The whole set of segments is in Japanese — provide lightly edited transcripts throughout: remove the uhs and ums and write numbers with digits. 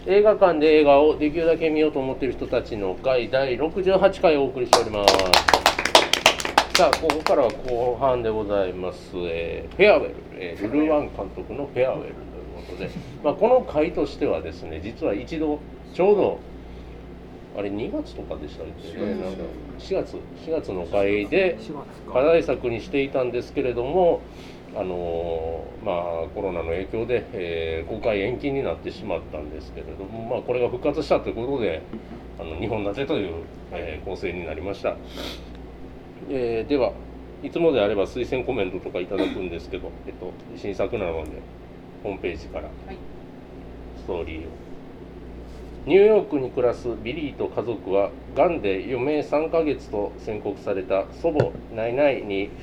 映画館で映画をできるだけ見ようと思っている人たちの会第68回をお送りしております。さあ、ここからは後半でございます。フェアウェル、ルルワン監督のフェアウェルということで、この回としてはですね、実は一度ちょうどあれ2月とかでしたっけね、なんか4月の回で課題作にしていたんですけれども、コロナの影響で、公開延期になってしまったんですけれども、これが復活したということで2本立てという、構成になりました。ではいつもであれば推薦コメントとかいただくんですけど、新作なのでホームページからストーリーを。ニューヨークに暮らすビリーと家族はがんで余命3ヶ月と宣告された祖母ナイナイに、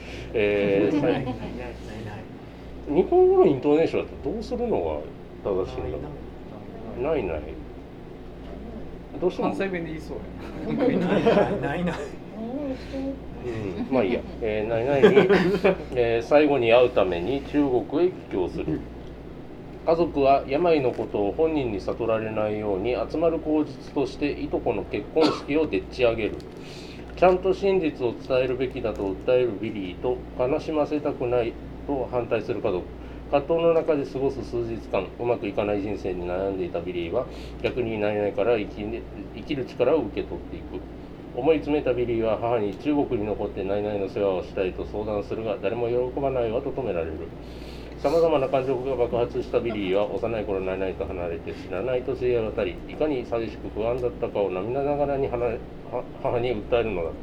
日本語のイントネーションだとどうするのが正しいんだろう。ナイナイどうしても関西弁で言いそうやナイナイまあいいや、ナイナイに、最後に会うために中国へ帰郷する。家族は病のことを本人に悟られないように集まる口実としていとこの結婚式をでっち上げる。ちゃんと真実を伝えるべきだと訴えるビリーと悲しませたくないと反対する家族。葛藤の中で過ごす数日間、うまくいかない人生に悩んでいたビリーは逆にナイナイから生きる力を受け取っていく。思い詰めたビリーは母に中国に残ってナイナイの世話をしたいと相談するが、誰も喜ばないわと止められる。さまざまな感情が爆発したビリーは幼い頃ナイナイと離れて知らない年へ渡り、いかに寂しく不安だったかを涙ながらに母に訴えるのだった。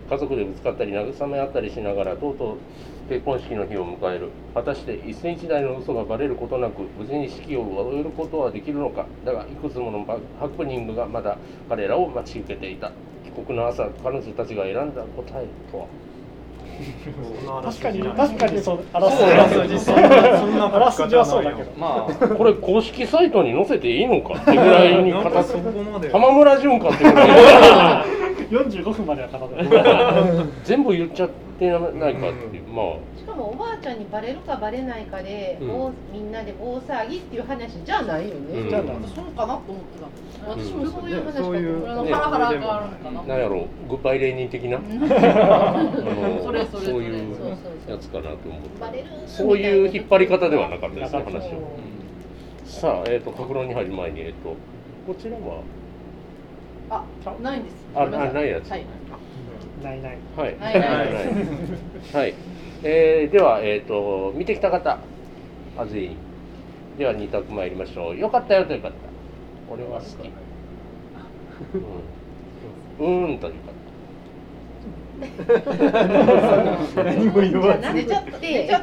家族でぶつかったり慰め合ったりしながらとうとう結婚式の日を迎える。果たして一世一代の嘘がバレることなく無事に式を終えることはできるのか。だがいくつものハプニングがまだ彼らを待ち受けていた。帰国の朝、彼女たちが選んだ答えとは。 確かにそう、あらすじはそうだけど、 これ公式サイトに載せていいのかってぐらいに語って浜村淳かってぐらい 45分までは語って全部言っちゃってないかっていう、 しかもおばあちゃんにバレるかバレないかで、みんなで大騒ぎっていう話じゃないよね。そうかなと思ってた。私もそういう話かと思ってた。ハラハラがあるのかな。 なんやろう、グッバイレーニー的なそういうやつかなと思って、そういう引っ張り方ではなかったですね、話は。さあ、格論に入る前に、こちらはないんです。 ないやつ。 ない。 はい。では、見てきた方、全員。では2択参りましょう。よかったよとよかった。俺は好き。というか。 何も言わず寝ちゃって。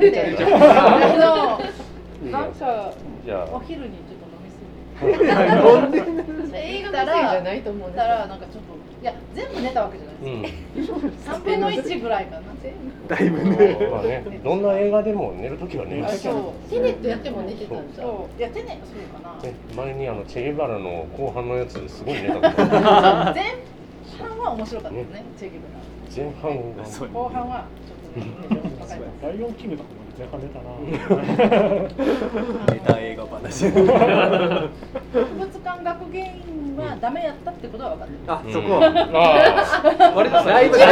なんかお昼にちょっと飲みすぎて。映画のせいじゃないと思うんです。なんかちょっと全部寝たわけじゃないです。3分の1ぐらいかな。 だいぶね。どんな映画でも寝るときは寝る。 テネットやっても寝てたんですよ。いやテネそうかな。 前にチェゲバラの後半のやつですごい寝たこと。 前半は面白かったですね。チェゲバラ。 前半が後半はちょっとね、 ライオンキングとかも前半出たな。 ネタ映画話。 博物館学芸員はダメやったってことは分かってる。 そこは。割とライブ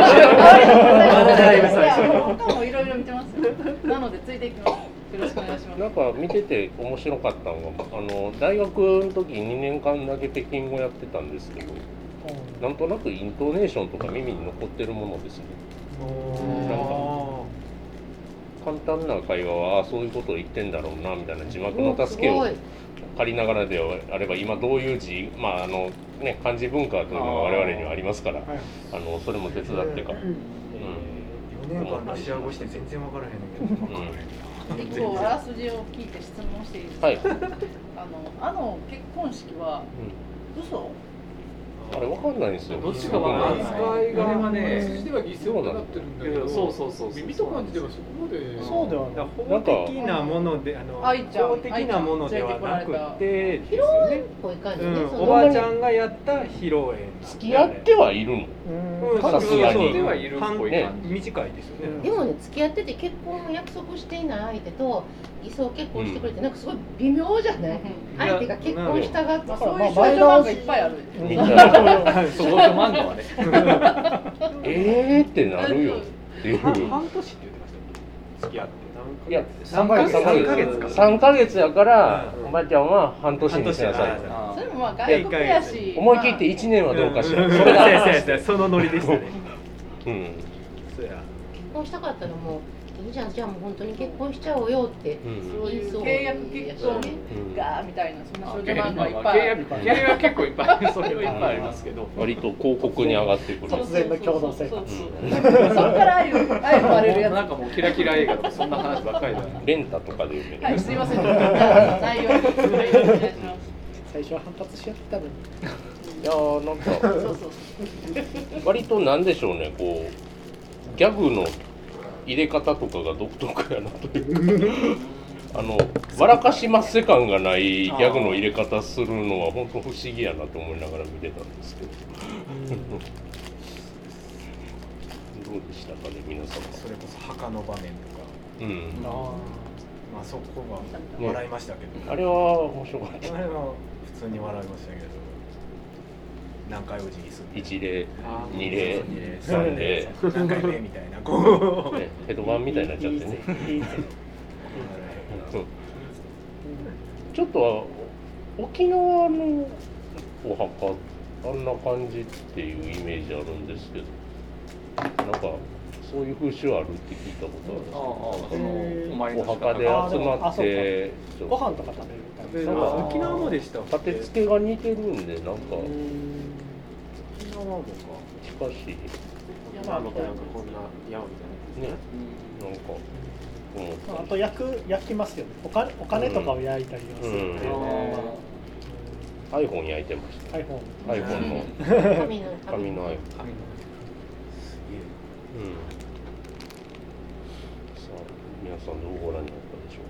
最初。他もいろいろ見てます。なのでついていきます。よろしくお願いします。 なんか見てて面白かったのが、大学の時2年間だけ北京語やってたんですけど、なんとなくイントネーションとか耳に残ってるものですね。なんか簡単な会話はそういうことを言ってんだろうなみたいな字幕の助けを借りながらであれば、今どういう字、漢字文化というのが我々にはありますから、それも手伝ってか。4 年間ロシア語して全然分からへんけど。 一個あらすじを聞いて質問していいですか。結婚式は嘘？ あれわかんないんですよ。 どっちかは扱いがね、 筋では犠牲になってるんだけど、 そう耳と感じではそこまでそうではない。 法的なもので法的なものではなくてですよね。おばあちゃんがやった披露宴。 付き合ってはいるの。さすがに。 短いですよね。 でもね、付き合ってて結婚を約束していない相手と偽装結婚してくれて、なんかすごい微妙じゃない？相手が結婚したがって、 そういう少女漫画いっぱいある。 みんな少女漫画はね。 ってなるよっていう。 半年って言ってました。付き合って。 いや 3ヶ月やから、おばあちゃんは半年にしなさい。 それもまあ外国やし、 思い切って1年はどうかしら。 それがそのノリでしたね。 結婚したかったのもいいじゃん、じゃあもう本当に結婚しちゃおうよってそういう契約結婚がみたいな、そんな少女漫画いっぱいある。 契約は結構いっぱい、それはいっぱいありますけど、 割と広告に上がってくる。 突然の共同生活。 そっから愛生まれるやつ。 なんかもうキラキラ映画とかそんな話ばっかりだね。 レンタとかで有名。 はい、すいません。内容お願いします。 最初は反発しちゃったのに。 いやなんか割となんでしょうね、こうギャグの入れ方とかが独特やなという笑かしまっせ感がないギャグの入れ方するのは本当不思議やなと思いながら見てたんですけどどうでしたかね皆様。 それこそ墓の場面とか、まあそこは笑いましたけど、 あれは面白かった。 あれは普通に笑いましたけど、何回お辞儀する 1例2例3例何回目みたいなこうヘドバンみたいになっちゃってねちょっと沖縄のお墓あんな感じっていうイメージあるんですけど、なんかそういう風習あるって聞いたことあるんですけど、お墓で集まってご飯とか食べるみたいな。 沖縄もでしたっけ。 立て付けが似てるんでなんか沖縄もか近しい。 山みたいな、こんな山みたいなね、なんかあと焼きますよね。お金とかを焼いたりはするんで。 iPhone 焼いてました。iPhone の紙の iPhone。さあ皆さんどうご覧になったでしょ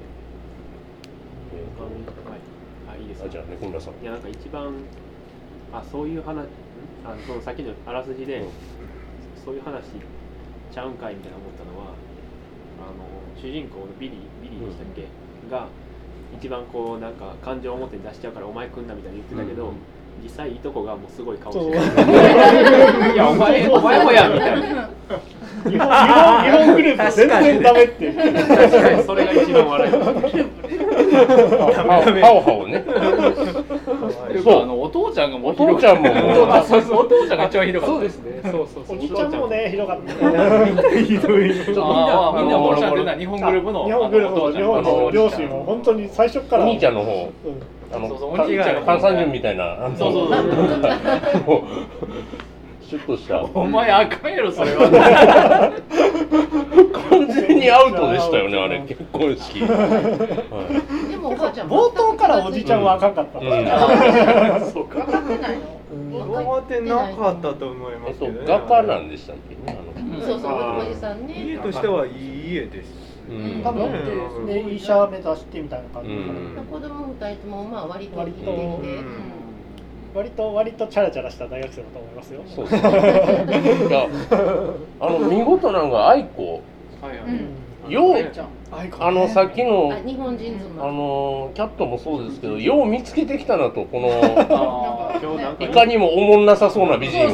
うか。 いいですか。 じゃあね、小村さん。 いやなんか一番そういう話、その先のあらすじで、そういう話ちゃうんかいみたいな思ったのは、主人公のビリーでしたっけ、が一番こうなんか感情を表に出しちゃうからお前来んなみたいに言ってたけど、実際いとこがもうすごい顔してる。いやお前もやみたいな。 日本グループ全然ダメっていう。 確かにそれが一番笑い。 ハオハオね。 そう、お父ちゃんがもうお父ちゃんもお父ちゃんが一番ひどかった。 そうですね。そう。 お兄ちゃんもねひどかった。 ひどい。みんなボロボロな日本グループの日本の両親も本当に最初からお兄ちゃんの方。関西人みたいな。 そう。 シュッとした。 お前あかんやろそれは。 完全にアウトでしたよねあれ結婚式。でもおばあちゃん冒頭からおじちゃんはあかんかった。 そうか。分かってないの？ 分かってなかったと思いますけどね。 画家なんでしたっけね。 そうおじさんね。 家としてはいい家です。 多分で医者目指してみたいな感じ。 子供2人ともまあ割と割とチャラチャラした大学生だと思いますよ。 そうですね。いや見事なのが愛子。ようさっきの日本人キャットもそうですけど、よう見つけてきたなとこのいかにもおもんなさそうな美人を。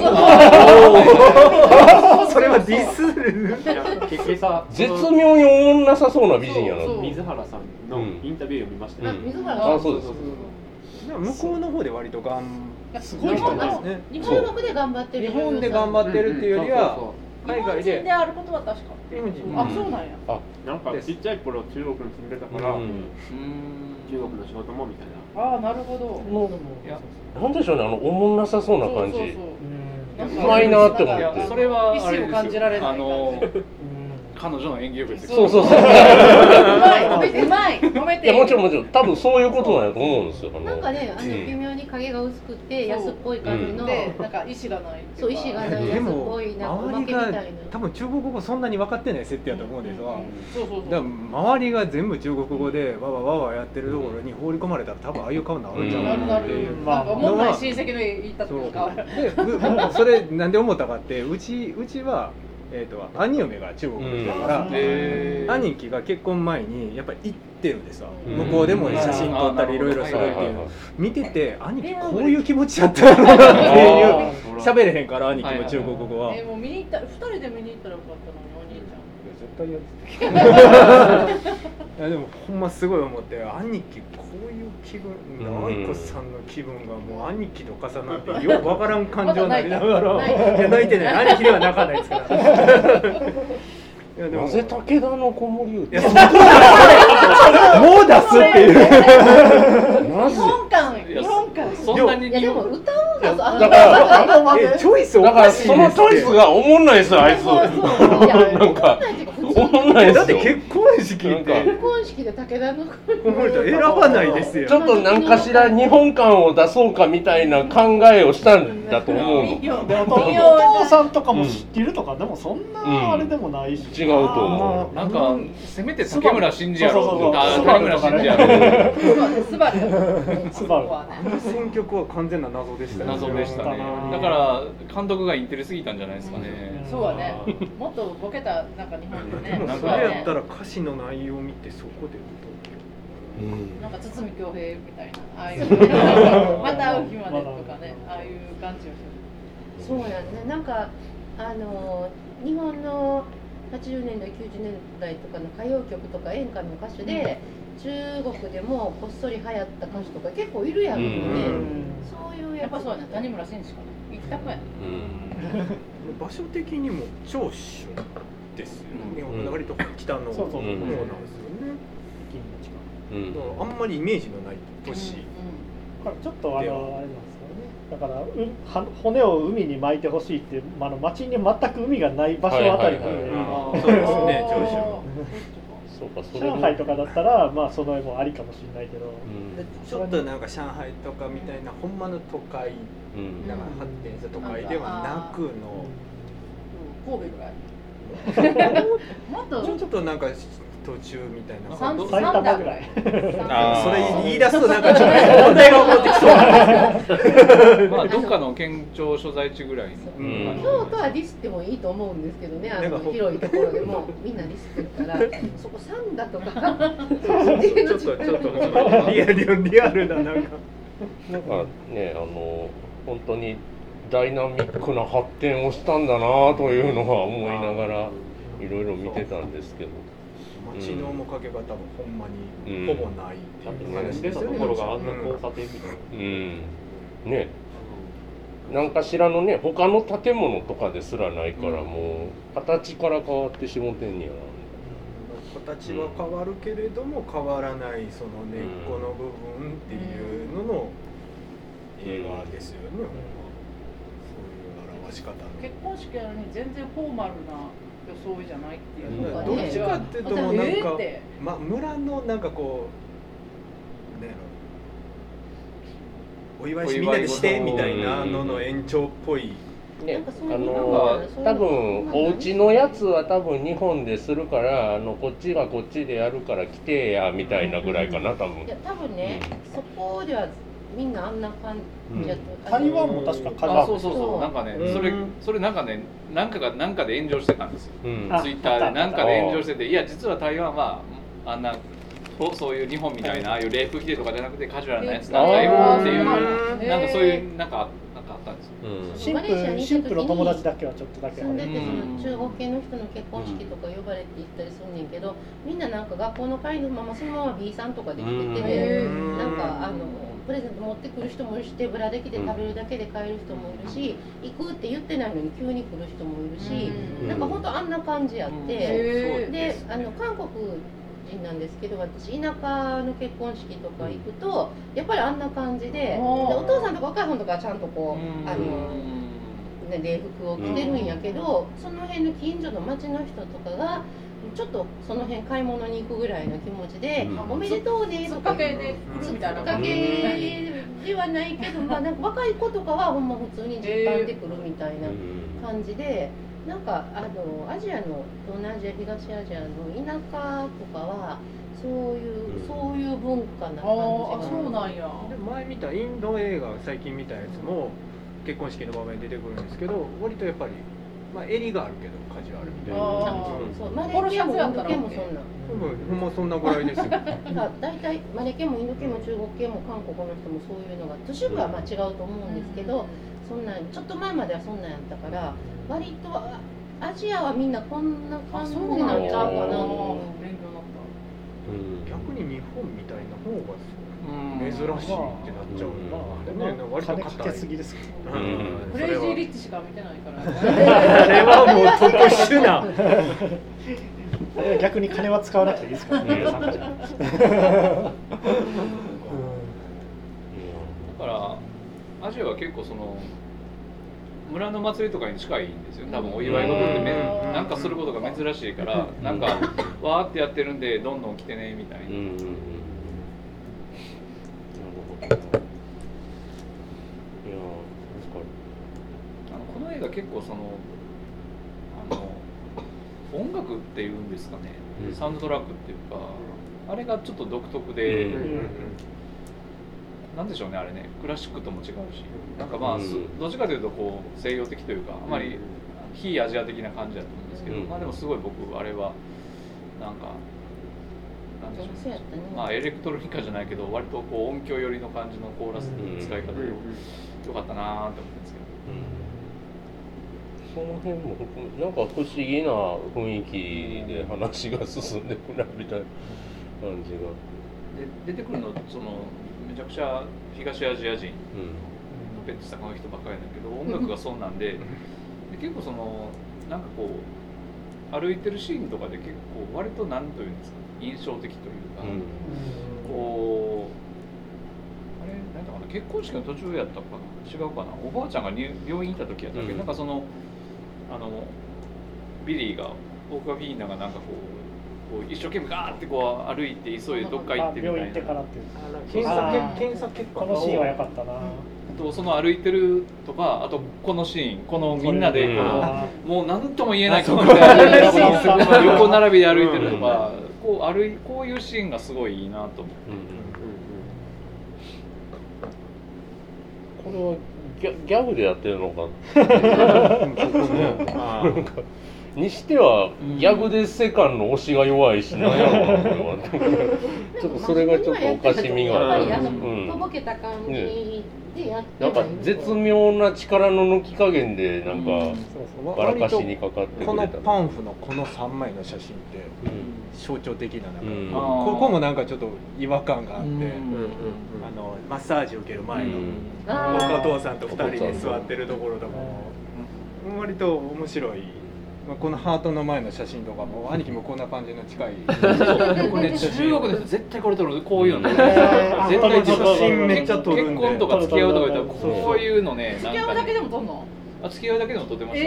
それはディス。 絶妙におもんなさそうな美人やな。 水原さんのインタビューを見ましたね。 水原さん。 そうです。 向こうの方で割とすごい人ですね。 日本で頑張ってる。 日本で頑張ってるっていうよりは海外で。 日本人であることは確か。あ、そうなんや。 なんかちっちゃい頃中国に住んでたから、中国の仕事もみたいな。 ああ、なるほど。なんでしょうね、おもんなさそうな感じ。うまいなって思って。 それは意思を感じられない。 彼女の演技力ですよ。そううまい褒めて。 いやもちろん多分そういうことなんだと思うんですよ。 なんかね微妙に影が薄くて安っぽい感じのなんか意志がない。 そう意志がない安っぽいなんかおまけみたいな。 多分中国語そんなに分かってない設定だと思うんですわ。 そうだから周りが全部中国語でわわやってるところに放り込まれたら多分ああいう顔になるんちゃうかなっていう。 まあもんない親戚の家行ったとか。 でそれなんで思ったかってうちは。兄嫁が中国の人だから兄貴が結婚前にやっぱり行ってるんですわ。向こうでも写真撮ったりいろいろするっていうの見てて兄貴こういう気持ちやったのなっていう喋れへんから兄貴も中国語は。 もう見に行った2人で見に行ったらよかったのにお兄ちゃん。 絶対嫌です。いやでもほんますごい思って兄貴こういう気分愛子さんの気分がもう兄貴と重なってよくわからん感情になりながらいや泣いてない兄貴では泣かないですから。 なぜ武田の子守歌？ もう出すっていう。 日本館。 そんなにでも歌うんだぞ。 だからチョイスおだからかしいですそのチョイスがおもんないですよあいつ。なんかおもんないですよ。 だって結婚式って結婚式で武田の子守歌選ばないですよ。 ちょっと何かしら日本館を出そうかみたいな考えをしたんだと思う。 お父さんとかも知ってるとかでもそんなあれでもないし。 違うと思う。 なんかせめて竹村真司やろ。 竹村真司やろ。 スバルはね。選曲は完全な謎でしたね。 謎でしたね。だから監督がインテリすぎたんじゃないですかね。 そうはね。もっとボケたなんか日本でね。 でもそれやったら歌詞の内容を見てそこでなんか堤恭平みたいなああいうまた会う日までとかねああいう感じをしてる。 そうやね。なんか日本の80年代90年代とかの歌謡曲とか演歌の歌手で、中国でもこっそり流行った歌手とか結構いるやろうね。そういうやっぱそうやね。谷村新司かな。行きたくやね。 場所的にも長春ですよね。割と北の方なんですよね。あんまりイメージのない都市。 ちょっとあれなんですよね。だから骨を海に巻いてほしいっていう町に全く海がない場所あたりなんで。 そうですね。長春。 上海とかだったらその絵もありかもしれないけど、 ちょっとなんか上海とかみたいなほんまの都会、なんか発展した都会ではなくの神戸ぐらいもっとちょっとなんか途中みたいな埼玉ぐらい。 それ言い出すとなんかちょっと問題が起こってきそうなんですけどどっかの県庁所在地ぐらいの京都はディスってもいいと思うんですけどね。広いところでもみんなディスってるからそこ三田とかちょっとリアルななんかね本当にダイナミックな発展をしたんだなというのは思いながらいろいろ見てたんですけど。 街の面影が多分ほんまにほぼないっていう話ですよね。ところがあんな交差点みたいな。 ね。なんかしらのね他の建物とかですらないからもう形から変わってしもてんねやな。 形は変わるけれども変わらないその根っこの部分っていうのの映画ですよね。そういう表し方。 結婚式なのに全然フォーマルな装いじゃないっていうどっちかっていうともうなんか村のなんかこうねお祝いしみんなでしてみたいなのの延長っぽい。 ね、多分お家のやつは多分日本でするからこっちがこっちでやるから来てやみたいなぐらいかな多分。 いや多分ね、そこではみんなあんな感じやった。 台湾も確か香川。 そうなんかねそれなんかねなんかで炎上してたんですよ。ツイッターでなんかで炎上してていや実は台湾はあんなそういう日本みたいなああいう礼服着てとかじゃなくてカジュアルなやつなんだよっていうなんかそういうなんかあったんですよ。 シンプルの友達だけはちょっとだけ住んでてその中国系の人の結婚式とか呼ばれて行ったりするんねんけどみんななんか学校の帰りのままそのまま B さんとかで来ててなんかプレゼント持ってくる人もいるし手ぶらで来て食べるだけで帰る人もいるし行くって言ってないのに急に来る人もいるしなんかほんとあんな感じやってで韓国人なんですけど私田舎の結婚式とか行くとやっぱりあんな感じでお父さんとかお母さんとかはちゃんとこうね、礼服を着てるんやけど、その辺の近所の町の人とかがちょっとその辺買い物に行くぐらいの気持ちで「おめでとうね」とか「つっかけで来る」みたいな感じではないけど、まあなんか若い子とかはほんま普通に実感で来るみたいな感じで、なんかアジアの東南アジア東アジアの田舎とかはそういう文化な感じが。 そうなんや。 前見たインド映画最近見たやつも結婚式の場面で出てくるんですけど、割とやっぱりまあ襟があるけどカジュアルみたいな。 そうマレケもインド系もそんな。 ほんまそんなぐらいですよ。 大体マレ系もインド系も中国系も韓国の人もそういうのが都市部はまあ違うと思うんですけど、そんなんちょっと前まではそんなんやったから割とアジアはみんなこんな感じになっちゃうかな。 逆に日本みたいな方が珍しいってなっちゃうな。割と金かけすぎですか。 クレイジーリッチしか見てないから。 あれはもう特殊な。 逆に金は使わなくていいですからね。 だからアジアは結構その村の祭りとかに近いんですよ。多分お祝い事ってなんかすることが珍しいから、なんかわーってやってるんでどんどん来てねみたいな。なるほど。いやこの映画結構その音楽っていうんですかね、サウンドトラックっていうか、あれがちょっと独特で、なんでしょうね、あれね、クラシックとも違うし、なんかまあ、どっちかというとこう西洋的というか、あまり非アジア的な感じだと思うんですけど、まあでもすごい僕あれはなんかなんでしょうね、まあエレクトロニカじゃないけど割とこう音響寄りの感じのコーラスの使い方で良かったなと思ってるんですけど。 その辺もなんか不思議な雰囲気で話が進んでくるみたいな感じが。 で出てくるのそのめちゃくちゃ東アジア人のペンチ坂の人ばっかりだけど、音楽がそうなんで、結構そのなんかこう歩いてるシーンとかで結構割と何というんですか、印象的というか、こうあれ何だかな、結婚式の途中やったかな、違うかな、おばあちゃんが病院行った時やったっけ、なんかそのビリーが僕がフィーナがなんかこう一生懸命ガーってこう歩いて急いでどっか行ってみたいな。 病院行ってからっていう検査結果このシーンは良かったな。 とその歩いてるとか、あとこのシーン、このみんなでこのもう何とも言えないところで横並びで歩いてるとか、こういうシーンがすごいいいなと思って。 これはギャグでやってるのかにしてはギャグで世間の推しが弱いし、なんやろうなこれはちょっとそれがちょっとおかしみがある。 とぼけた感じでやってなんか絶妙な力の抜き加減でなんかばらかしにかかってくれた。 このパンフのこの3枚の写真って象徴的な、ここもなんかちょっと違和感があって、マッサージを受ける前のお父さんと2人で座ってるところとかも割と面白い。このハートの前の写真とかも兄貴もこんな感じの近い。 これね、中国で絶対これ撮る、こういうの絶対写真めっちゃ撮るんで。 結婚とか付き合うとか言ったらこういうのね。 付き合うだけでも撮んの？ 付き合うだけでも撮ってました。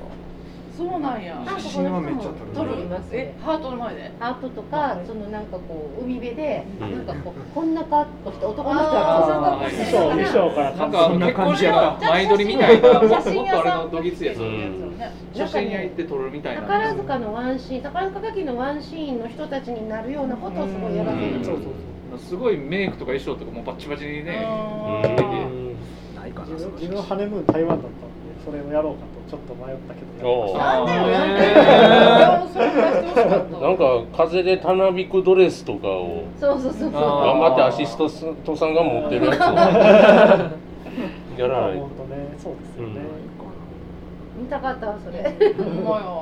そうなんや。 写真はめっちゃ撮る。 ハートの前で？ ハートとか、そのなんかこう海辺でなんかこんな格好して男の人が衣装からなんか結婚式の前撮りみたいな、もっとあれのどぎついやつ、写真屋行って撮るみたいな。 宝塚のワンシーン、宝塚歌劇のワンシーンの人たちになるようなことをすごいやらせる。 すごいメイクとか衣装とかもバッチバチにね。 ないかな。 自分はハネムーン台湾だったんで、それをやろうかとちょっと迷ったけど。 なんか風でたなびくドレスとかを頑張ってアシストさんが持ってるやつをやらないと。 本当ね、そうですよね。 見たかったわそれ。 ほんまや。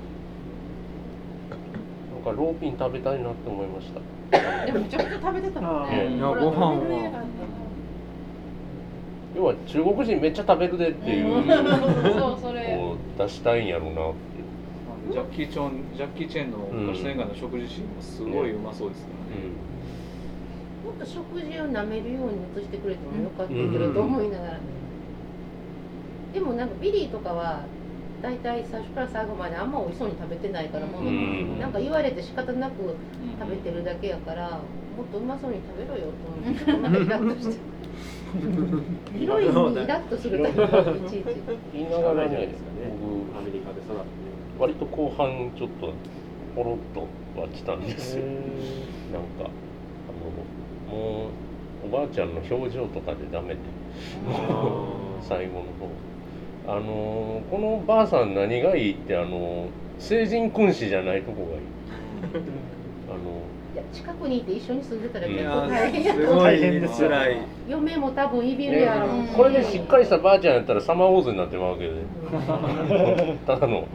なんかローピン食べたいなって思いました。 でもめちゃくちゃ食べてたもんね。 ご飯は。 要は中国人めっちゃ食べるでっていうそうそれを出したいんやろうなっていう。 ジャッキー・チェンの昔の映画の食事シーンもすごいうまそうですよね。 もっと食事を舐めるように映してくれてもよかったけどと思いながら。 でもなんかビリーとかは大体最初から最後まであんま美味しそうに食べてないからもの、なんか言われて仕方なく食べてるだけやからもっとうまそうに食べろよと思ってイラッとしてヒロインにイラッとするときはいちいち言いながらね、 アメリカで育って割と後半ちょっとポロッとは来たんですよ。なんかもうおばあちゃんの表情とかでダメで最後の方このばあさん何がいいって聖人君子じゃないとこがいい。 いや近くにいて一緒に住んでたら結構大変やと大変ですよ。 嫁も多分いびるやろうし、 これでしっかりしたばあちゃんやったらサマーウォーズになってまうわけでただの、なんか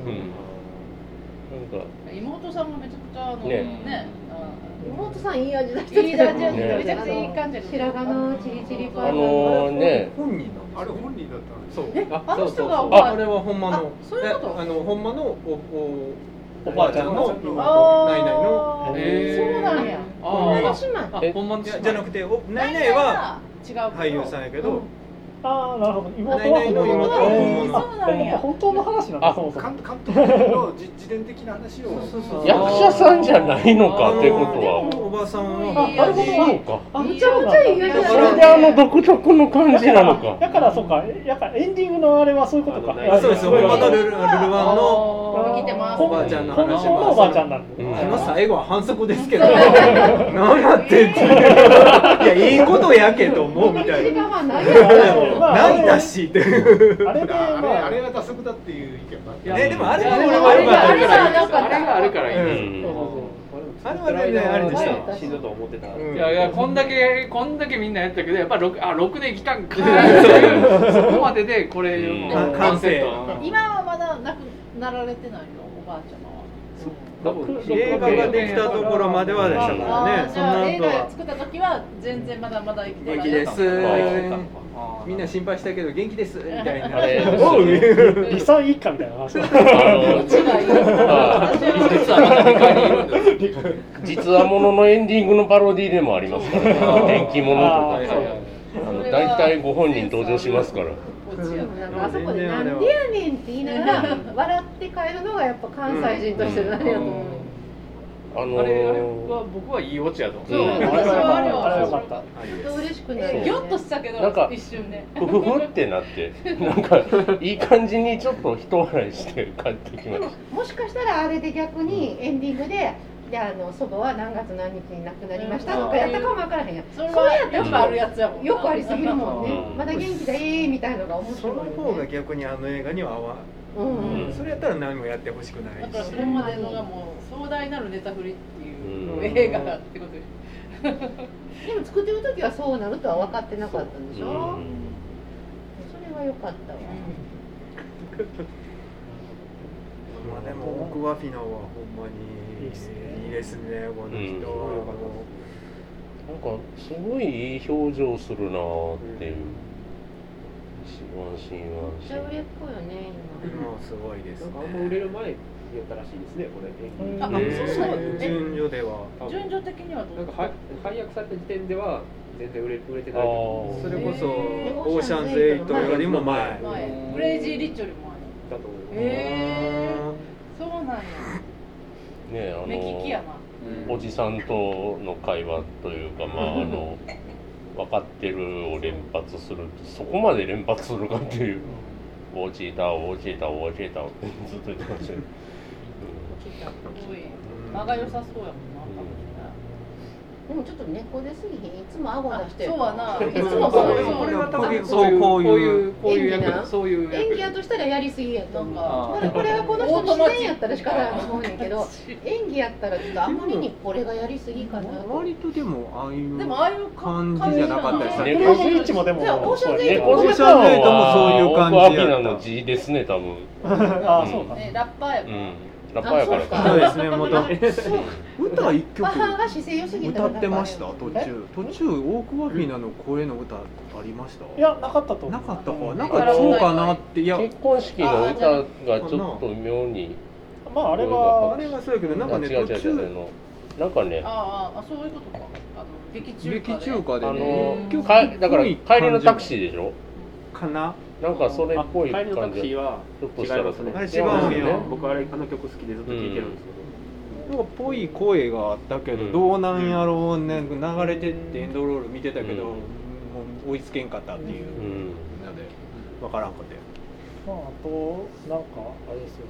妹さんもめちゃくちゃね妹さんいい味出していい味めちゃくちゃいい感じ。 白髪のチリチリパーね本人なんあれ本人だったんですよ。 あの人があれはほんまのそういうことほんまのおばあちゃんのナイナイのそうなんや。 ほんまじゃなくてナイナイは俳優さんやけどああなるほど。妹ナイナイの妹は本物そうなんや。 本当の話なんだ。そもそも監督の自伝的な話を役者さんじゃないのかってことはおばさんはそうか。 めちゃめちゃいい味出それで独特の感じなのか。 だからそうか。やからエンディングのあれはそういうことか。 そうですよ。ほんまのルルワンの聞いてます。 おばあちゃんの話本当のおばあちゃんなんだ。 最後は反則ですけど何やってんっていやいいことやけどもみたいなないだしってあれであれが打足だっていう意見があってでもあれはあるからいいんですあれは全然あれでした死ぬと思ってた。 いやこんだけみんなやったけどやっぱ6年来たんかそこまででこれ完成今はまだ亡くなられてないのおばあちゃまは。 映画ができたところまではでしたからね。 じゃあ映画作った時は全然まだまだ生きてない。 元気ですみんな心配したけど元気ですみたいな理想いいかみたいな話。 実話もののエンディングのパロディでもありますからね。電気物とか大体ご本人登場しますから。 あそこでなんでやねんって言いながら笑って帰るのがやっぱ関西人として何やと思う。 あれは僕はいいオチやと思う。 そう、私はあれはよかった。 嬉しくなる。 ギョッとしたけどなんか一瞬ね。 ふふふってなってなんかいい感じにちょっと一笑いして帰ってきました。 もしかしたらあれで逆にエンディングで。で祖母は何月何日に亡くなりましたとかやったかも分からへんやん。 それはよくあるやつやもん。 よくありすぎるもんね。まだ元気だみたいのが面白い。 その方が逆にあの映画には合わん。それやったら何もやってほしくないし。 だからそれまでのがもう壮大なるネタフリっていう映画だってことで。 でも作ってる時はそうなるとは分かってなかったんでしょ。それは良かったわ。 まあでもオクワフィナはほんまにいいですねこの人。 なんかすごいいい表情するなーっていう。ワンシーンワンシーン。 めっちゃ売れっ子よね今すごいですね。 あんま売れる前やったらしいですねこれ。 そうなの。 順序では。 順序的にはどう？ なんか配役された時点では全然売れてないと思う。 それこそオーシャンズ8よりも前。 クレイジーリッチよりもだと思う。 そうなんや。 ね目利きやな。 おじさんとの会話というか分かってるを連発するそこまで連発するかっていう我知道我知道我知道ってずっと言ってましたよ。 すごい間が良さそうやもんな。 でもちょっと猫出すぎひんいつも顎出してる。 そうはな。 いつもそういう。 これは多分こういう役そういう役。 演技やとしたらやりすぎやと思う。これはこの人の自然やったらしかないと思うねんけど、演技やったらちょっとあまりにこれがやりすぎかな。 割とでもああいう感じじゃなかったりした。 クレイジーリッチもでも。 オーシャンズ8 もそういう感じやった。オクアキナの字ですね多分。 ああそうか。 ラッパーやから。 ラッパーやからそうですね歌一曲バハが姿勢良すぎた歌ってました途中オークワフィナの声の歌ありました。 いやなかったとなかったかなんかそうかなっていや結婚式の歌がちょっと妙にまああれはそうやけどなんかね途中なんかねそういうことか劇中でねだから帰りのタクシーでしょ。 かな。 なんかそれっぽい帰りのタ感じ。 クシーはちょっとしたら違いますね。 あれ違うんや。 僕あの曲好きでずっと聴いてるんですけど、 なんかぽい声があったけど、どうなんやろうね、流れてってエンドロール見てたけど、もう追いつけんかったっていうので分からんかったよ。 あとなんかあれですよね、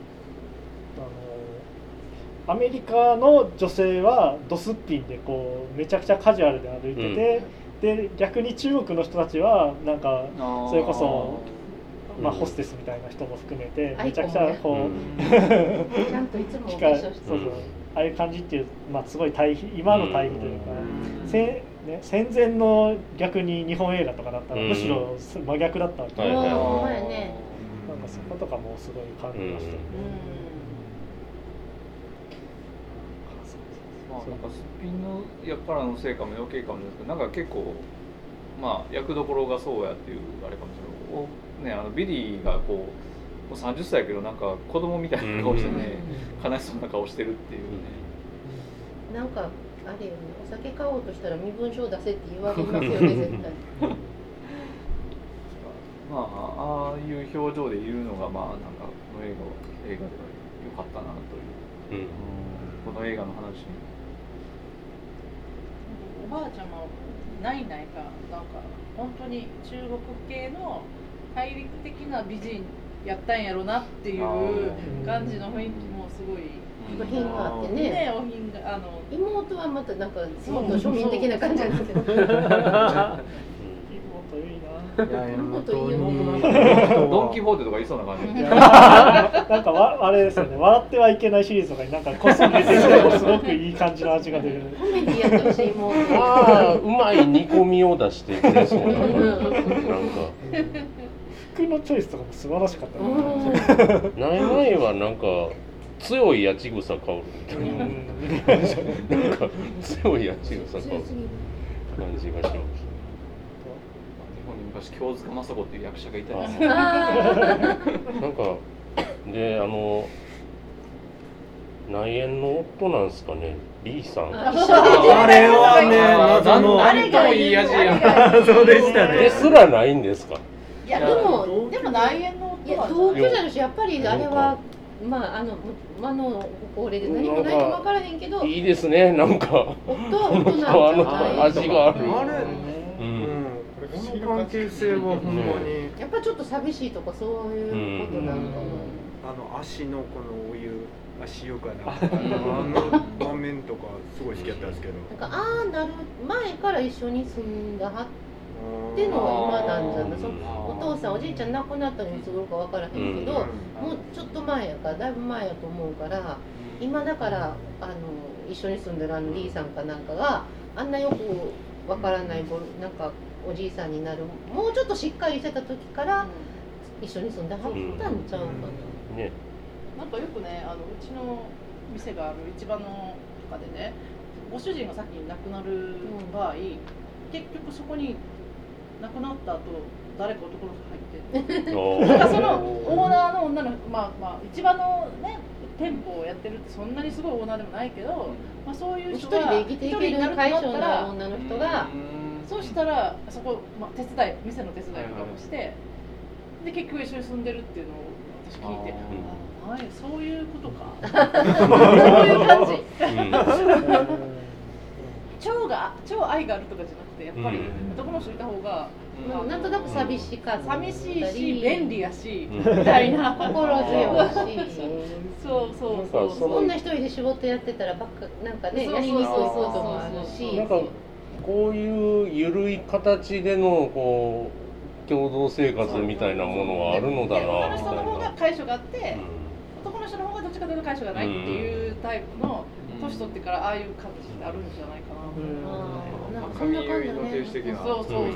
アメリカの女性はドスッピンでこうめちゃくちゃカジュアルで歩いてて、で逆に中国の人たちはなんかそれこそまあホステスみたいな人も含めてめちゃくちゃこうちゃんといつもお化粧してああいう感じっていうまあすごい対比、今の対比というか、戦前の逆に日本映画とかだったらむしろ真逆だったわけで、なんかそことかもすごい感じました。 なんかすっぴんのやからのせいかも余計かもですけど、なんか結構まあ役どころがそうやっていうあれかもしれないね。ビリーがこうもう30歳やけどなんか子供みたいな顔してね、悲しそうな顔してるっていうね。 なんかあれよね、お酒買おうとしたら身分証出せって言われますよね絶対。 まあああいう表情でいるのがまあなんかこの映画では良かったなという、この映画の話に。 おばあちゃまないかなんか本当に中国系の大陸的な美人やったんやろなっていう感じの雰囲気もすごいお品があってね。 お品が妹はまたなんかもっと庶民的な感じなんですけど。 妹いいな。 妹いいよね。 ドンキホーテとかいそうな感じ。 なんかあれですよね。笑ってはいけないシリーズとかになんかこっそり出てきてもすごくいい感じの味が出る。 コメディやってほしい妹。 ああ、うまい煮込みを出してくれそうな感じ。なんか。 服のチョイスとかも素晴らしかったね。 ないないはなんか強い八千草香るみたいな。なんか強い八千草香る感じがします。 昔京塚雅子っていう役者がいたんですよ。なんかで内縁の夫なんですかね、リーさん。 あれはね、 なんといい味や。 そうでしたね。 ですらないんですか。 いやでも内縁の夫は同居じゃなしやっぱりあれはまあ和のご高齢で何もないか分からへんけど。 いいですね、なんか。 夫は夫なんじゃない。 味がある。 あれ。この関係性はほんまにやっぱちょっと寂しいとかそういうことなのかな。 足のこのお湯足湯かな場面とかすごい好きやったんですけど、 なんかなる前から一緒に住んだはってのは今なんじゃない。そのお父さんおじいちゃん亡くなったのにすごく分からへんけど、もうちょっと前やからだいぶ前やと思うから、今だから一緒に住んでるリーさんかなんかがあんなよく分からないなんかおじいさんになるもうちょっとしっかりしてた時から一緒に住んではったんちゃうかな。 ね。 なんかよくねうちの店がある市場のとかでね、ご主人が先に亡くなる場合、結局そこに亡くなった後誰か男の人入ってなんかそのオーナーの女のまあ市場のね店舗をやってるってそんなにすごいオーナーでもないけど、まあ、そういう人が一人で生きていける会社の女の人が、 そうしたらそこ、店の手伝いとかもして、で結局一緒に住んでるっていうのを私聞いて、そういうことかそういう感じ超愛があるとかじゃなくて、やっぱり男の人いた方がなんとなく寂しいし便利やしみたいな心強いしそうこんな一人で仕事やってたらばっかなんかねやりにくいこともあるし、 なんかこういう緩い形でのこう共同生活みたいなものはあるのだなみたいな。 女の人の方が解消があって、男の人の方がどっちかというと解消がないっていうタイプの年取ってからああいう感じってあるんじゃないかな。 なんかそんな感じだね。 そう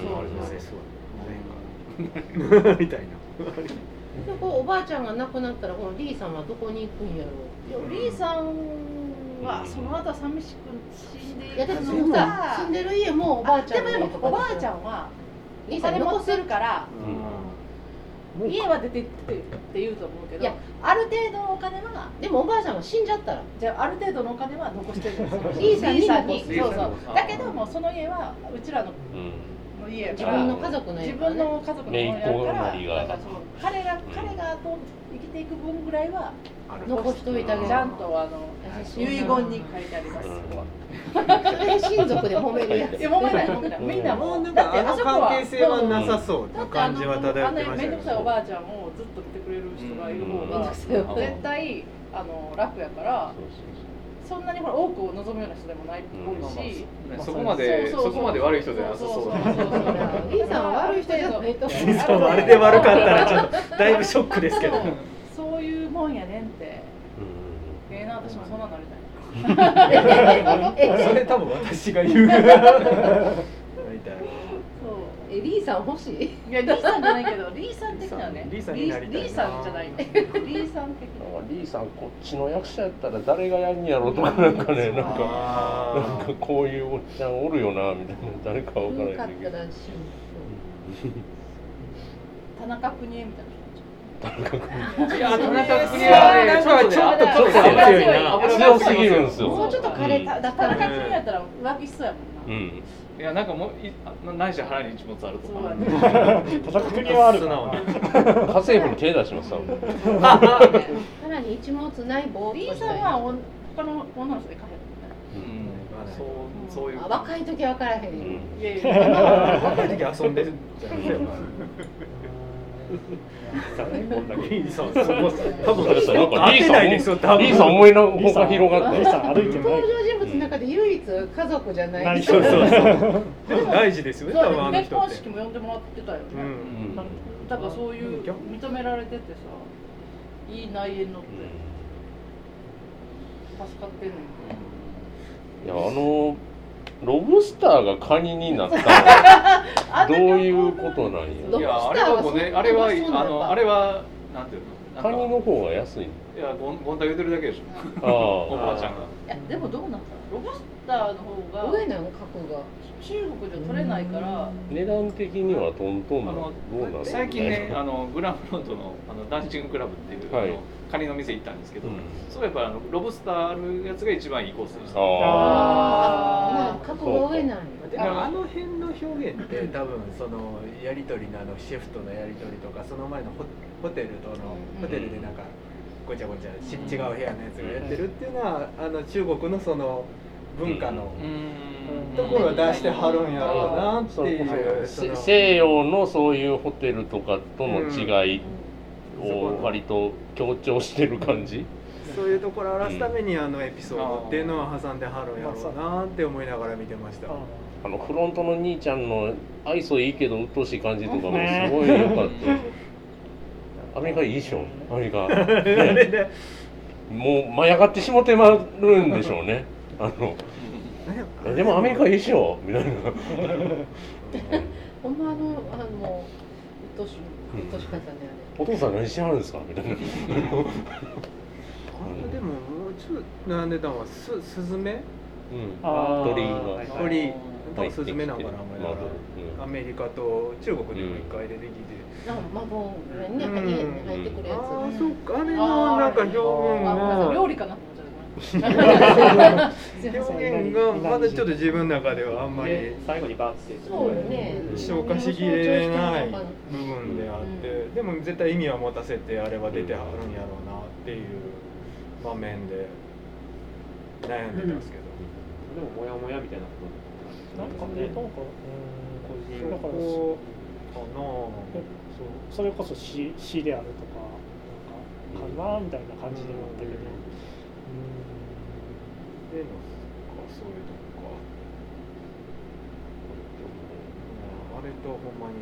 みたいな。 おばあちゃんが亡くなったらこのリーさんはどこに行くんやろう。 リーさんはその後は寂しく死んでいやでもさ住んでる家もおばあちゃんでもおばあちゃんはお金持ってるから家は出てって言うと思うけど、ある程度のお金はでもおばあちゃんが死んじゃったらじゃあある程度のお金は残してるんですよリーさんにそうだけどもその家はうちらのの家やか自ら分の家族の自分の家族のものやから姪っ子なりがなんかその彼がと生きていく分ぐらいは残しといてあげる。 ちゃんと遺言に書いてあります。 それ親族で揉めるやつ。 いや揉めないみんなもうなんかあの関係性はなさそうな感じは漂ってましためんどくさいおよばあちゃんをずっと来てくれる人がいる方が絶対楽やからそんなにほら多くを望むような人でもないっぽいし、 そこまで悪い人じゃなさそうだね。 リーさんは悪い人じゃないと思う。 リーさんはあれで悪かったらちょっとだいぶショックですけど。 そういうもんやねんって。な私もそんなのなりたい。 それ多分私が言うみたいな。 リーさん欲しい？ いやリーさんじゃないけどリーさん的なね。 リーさんになりたいな。 リーさんじゃない。リーさん的な。 リーさんこっちの役者やったら誰がやんやろとかなんかねなんかこういうおっちゃんおるよなみたいな誰かわからないけど。 田中邦衛みたいな。 田中邦衛はちょっと強いな。 強すぎるんですよ。 もうちょっと枯れただから田中邦衛やったら浮気しそうやもんな。 いやなんかもう何し腹に一物あるとか。 田中邦衛はあるな。 家政婦に手出しますわ。 腹に一物ない棒。 リーさんは他の女の人で買える。 そういう若い時は分からへん。 若い時遊んでるじゃん。 多分なんかリーさん思いのほか広がって。 登場人物の中で唯一家族じゃない。 そう大事ですよね。 結婚式も呼んでもらってたよね。だからそういう認められててさ、いい内縁のって助かってんのよ。 いやロブスターがカニになったのはどういうことなんや。 いやあれはもうねあれはなんていうのカニの方が安い。 いやゴンタ言うてるだけでしょ。おばあちゃんが。 いやでもどうなんだロブスターの方が上なの格が中国で取れないから値段的にはトントンなどうなんですか。 最近ねグランフロントのダンシングクラブっていうカニの店行ったんですけど、そうやっぱロブスターあるやつが一番いいコースでした。 格が上なんあの辺の表現って多分そのやり取りのシェフとのやり取りとかその前のホテルでなんかごちゃごちゃ違う部屋のやつがやってるっていうのは中国のその文化のところを出してはるんやろうなっていう西洋のそういうホテルとかとの違いを割と強調してる感じ。 そういうところを表すためにエピソードっていうのを挟んではるんやろうなって思いながら見てました。 フロントの兄ちゃんの愛想いいけど鬱陶しい感じとかもすごい良かった。アメリカいいでしょ。アメリカ、ね、もう舞い上がってしもてまるんでしょうね。でもアメリカいいでしょみたいな。 ほんま鬱陶しかったね。 お父さん何してはるんですかみたいな。 でももうちょっと並んでたのはスズメ？鳥スズメなんかなアメリカと中国でも一回出てきて。 マボンね家に入ってくるやつ。 あそっかあれのなんか表現が料理かなと思っちゃう。表現がまだちょっと自分の中ではあんまり最後にバーってそうね消化しきれない部分であって、でも絶対意味は持たせてあれは出てはるんやろうなっていう場面で悩んでますけど。 でもモヤモヤみたいなことなんかね個人だからそれこそ詩であるとかなんかかなみたいな感じで思ったけど。 でのそういうとこか。あれとほんまに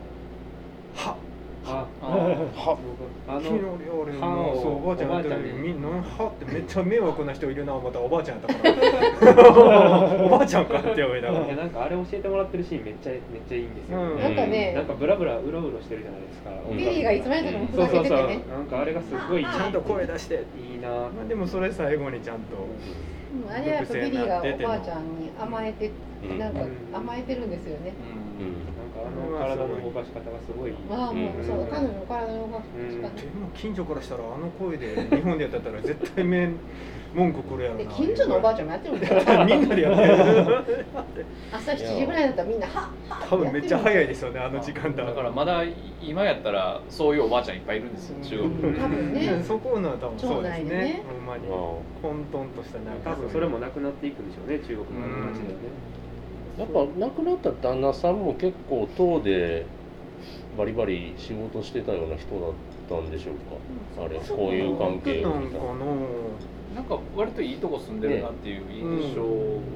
昨日俺もそうおばあちゃんやった時にみんなはってめっちゃ迷惑な人いるな思ったらおばあちゃんやったからおばあちゃんかって思いながら。 なんかあれ教えてもらってるシーンめっちゃいいんですよ。 なんかねなんかブラブラうろうろしてるじゃないですか。 ビリーがいつまでたかもふざけててね。 なんかあれがすごいちゃんと声出していいな。 でもそれ最後にちゃんと。 あれはやっぱビリーがおばあちゃんに甘えてなんか甘えてるんですよね。 あの体の動かし方がすごい。 ああ、もうそう彼女の体の動かし方。 でも近所からしたらあの声で日本でやったら絶対文句来るやろな。 近所のおばあちゃんもやってるんですよ。 みんなでやってる。 朝7時ぐらいだったらみんなはっ。 多分めっちゃ早いですよねあの時間帯。 だからまだ今やったらそういうおばあちゃんいっぱいいるんですよ中国。 多分ね。 そこのは多分そうですね。ほんまに混沌とした多分それもなくなっていくんでしょうね中国の人たちではね。 やっぱ亡くなった旦那さんも結構党でバリバリ仕事してたような人だったんでしょうか、あれこういう関係を見たらなんか割といいとこ住んでるなっていう印象、 という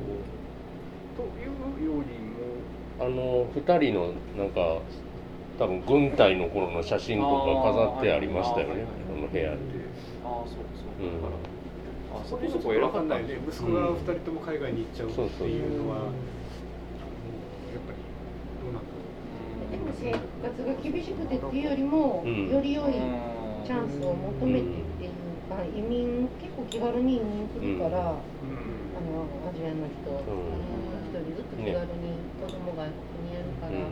よりも 2人のなんか多分軍隊の頃の写真とか飾ってありましたよね、あの部屋で。 ああそうそう、 あそこそこ偉かったよね。息子が2人とも海外に行っちゃうっていうのはやっぱりどうなんだろう。 でも生活が厳しくてっていうよりも、より良いチャンスを求めてっていうか、移民結構気軽に移民するから、アジアの人、一人ずつ気軽に子供がここにやるから、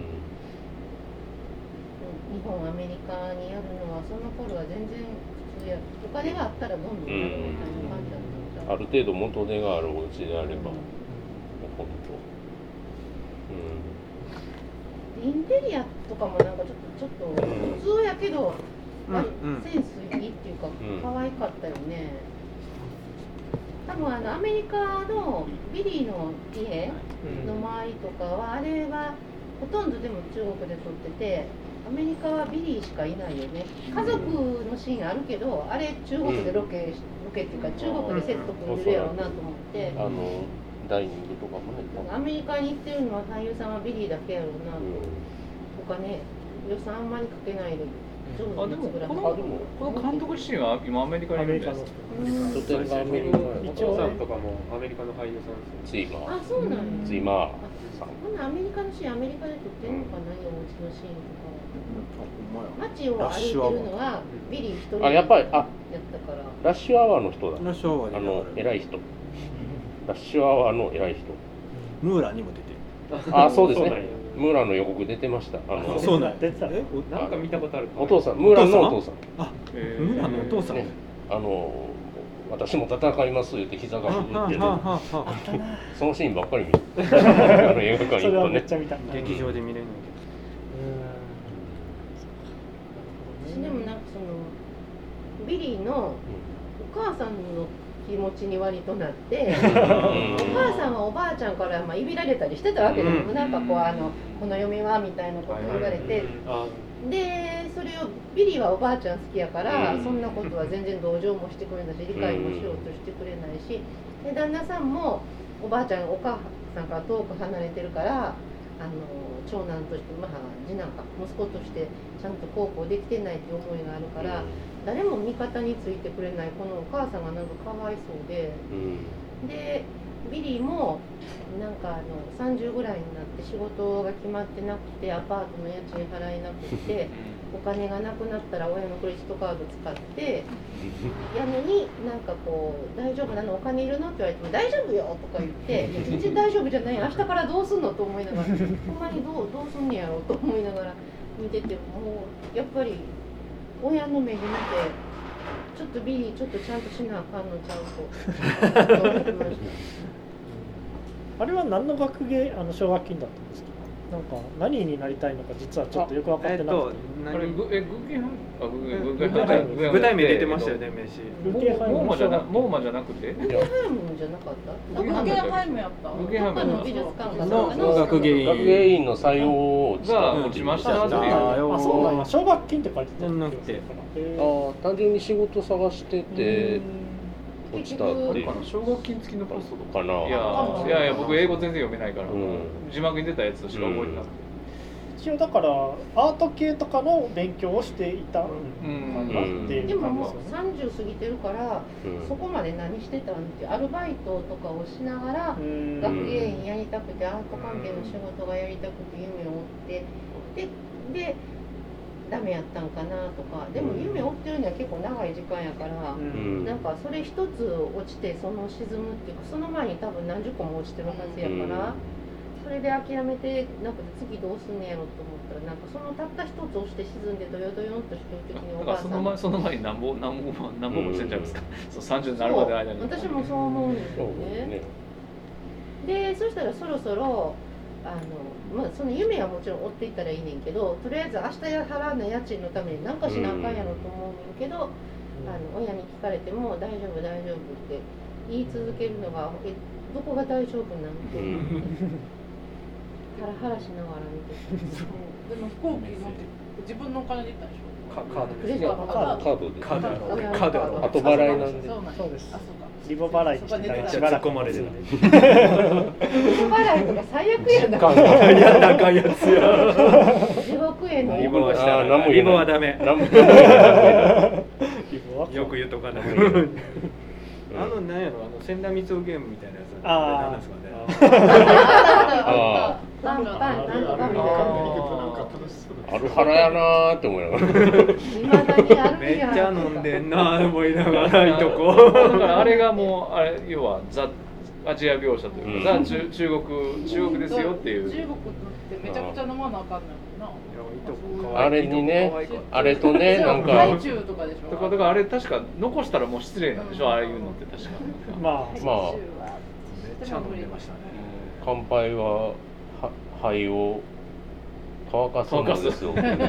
日本アメリカにやるのはその頃は全然普通や、お金があったらどんどんやるみたいな感じだった。 ある程度元手があるお家であれば、本当。 インテリアとかもなんかちょっと普通やけど、センスいいっていうか可愛かったよね。多分アメリカのビリーの家の周りとかはあれはほとんどでも中国で撮ってて、アメリカはビリーしかいないよね。家族のシーンあるけど、あれ中国でロケっていうか中国でセット組んでるやろうなと思って。 ダイニングとかもね。 アメリカに行ってるのは俳優さんはビリーだけやろうなと。お金予算あんまりかけないで上手に作らない。 この監督自身は今アメリカにいるんですか。 拠点がアメリカ。 一応さんとかもアメリカの俳優さんですよ。 あ、そうなんや。 ツイマーさん。 ほなアメリカのシーンアメリカで撮ってんのかな、お家のシーンとか。街を歩いてるのはビリー一人やったから。 ラッシュアワーの人だ。 ラッシュアワー偉い人。ラッシュアワーの偉い人。 ムーランにも出てる。 あ、そうですね。ムーランの予告出てました。 そうなん出てた。 なんか見たことある。 お父さん、ムーランのお父さん。 あ、ムーランのお父さん。 私も戦いますって膝が振ってて、そのシーンばっかり見て。映画館行くとね。 劇場で見れるので。でもなんかそのビリーのお母さんの気持ちに割となってお母さんはおばあちゃんからいびられたりしてたわけでも、なんかこの嫁はみたいなこと言われて、でそれをビリーはおばあちゃん好きやから、そんなことは全然同情もしてくれないし理解もしようとしてくれないし、で旦那さんもおばあちゃんお母さんから遠く離れてるから長男として、次男か息子としてちゃんと孝行できてないっていう思いがあるから、誰も味方についてくれないこのお母さんがなんかかわいそうで、でビリーもなんか30ぐらいになって仕事が決まってなくてアパートの家賃払えなくてお金がなくなったら親のクレジットカード使ってやのに、なんかこう大丈夫なのお金いるのって言われても大丈夫よとか言って全然大丈夫じゃない、明日からどうすんのと思いながらほんまにどうすんねやろうと思いながら見てて、もうやっぱり親の目で見てちょっとビリーちょっとちゃんとしなあかんのちゃうと思ってました。 あれは何の学芸奨学金だったんですか。なんか何になりたいのか実はちょっとよく分かってなくて。 具体名出てましたよね、名刺。 モーマじゃなくて。 グゲンハイムじゃなかった。 グゲンハイムやった。 グゲンハイムの美術館の学芸員の採用が落ちましたっていう。 あ、そうなんや。奨学金って書いてた。 なくて。 単純に仕事探してて。落ちたっていう奨学金付きのポストかな。 いや僕英語全然読めないから、字幕に出たやつしか覚えてなくて、 一応だからアート系とかの勉強をしていたのかなっていう感じですよね。 でももう30過ぎてるから、そこまで何してたんってアルバイトとかをしながら学芸員やりたくてアート関係の仕事がやりたくて夢を追ってでダメやったんかなとか、でも夢追ってるには結構長い時間やから、なんかそれ一つ落ちてその沈むっていうか、その前に多分何十個も落ちてるはずやから、そそれで諦めてなんか次どうすんねやろと思ったらなんかそのたった一つ押して沈んでドヨドヨんとしてる時におだから母さんその前に何本もしてんちゃいますか、そう30になるまでの間に。 私もそう思うんですよね。でそしたらそろそろまあ、その夢はもちろん追っていったらいいねんけど、とりあえず明日払わない家賃のために何かしなあかんやろと思うねんけど、親に聞かれても大丈夫大丈夫って言い続けるのがどこが大丈夫なんてハラハラしながら見てでも飛行機乗って自分のお金で行ったんでしょ。 カードプレゼントカードでカードやろ後払いなんで。 そうです。 あ、そうか。 リボ払いしてたらしばらくまでで。 リボ払いとか最悪やな。 やだかんやつや。 10億円のリボはしたら何も言えないリボはダメ。 リボはよく言うとかない。 なんやろ千田光雄ゲームみたいなやつ。 あなんですかね。 あパンパンなんとかみたいな。 あるはらやなーって思いながら。 未だにあるめっちやん。 ゃ飲んでんな思いながらいとこ。 だからあれがもうあれ要はザ・アジア描写というか、ザ・中国ですよっていう。 中国ってめちゃくちゃ飲まなあかんのやな。 あれにね、あれとね、なんか。 ハイチュウとかでしょ。 だからあれ確か残したらもう失礼なんでしょ、ああいうのって確か。 まあまあハイチュウはめっちゃ飲んでましたね。 乾杯は肺を乾かすんですよ。なんか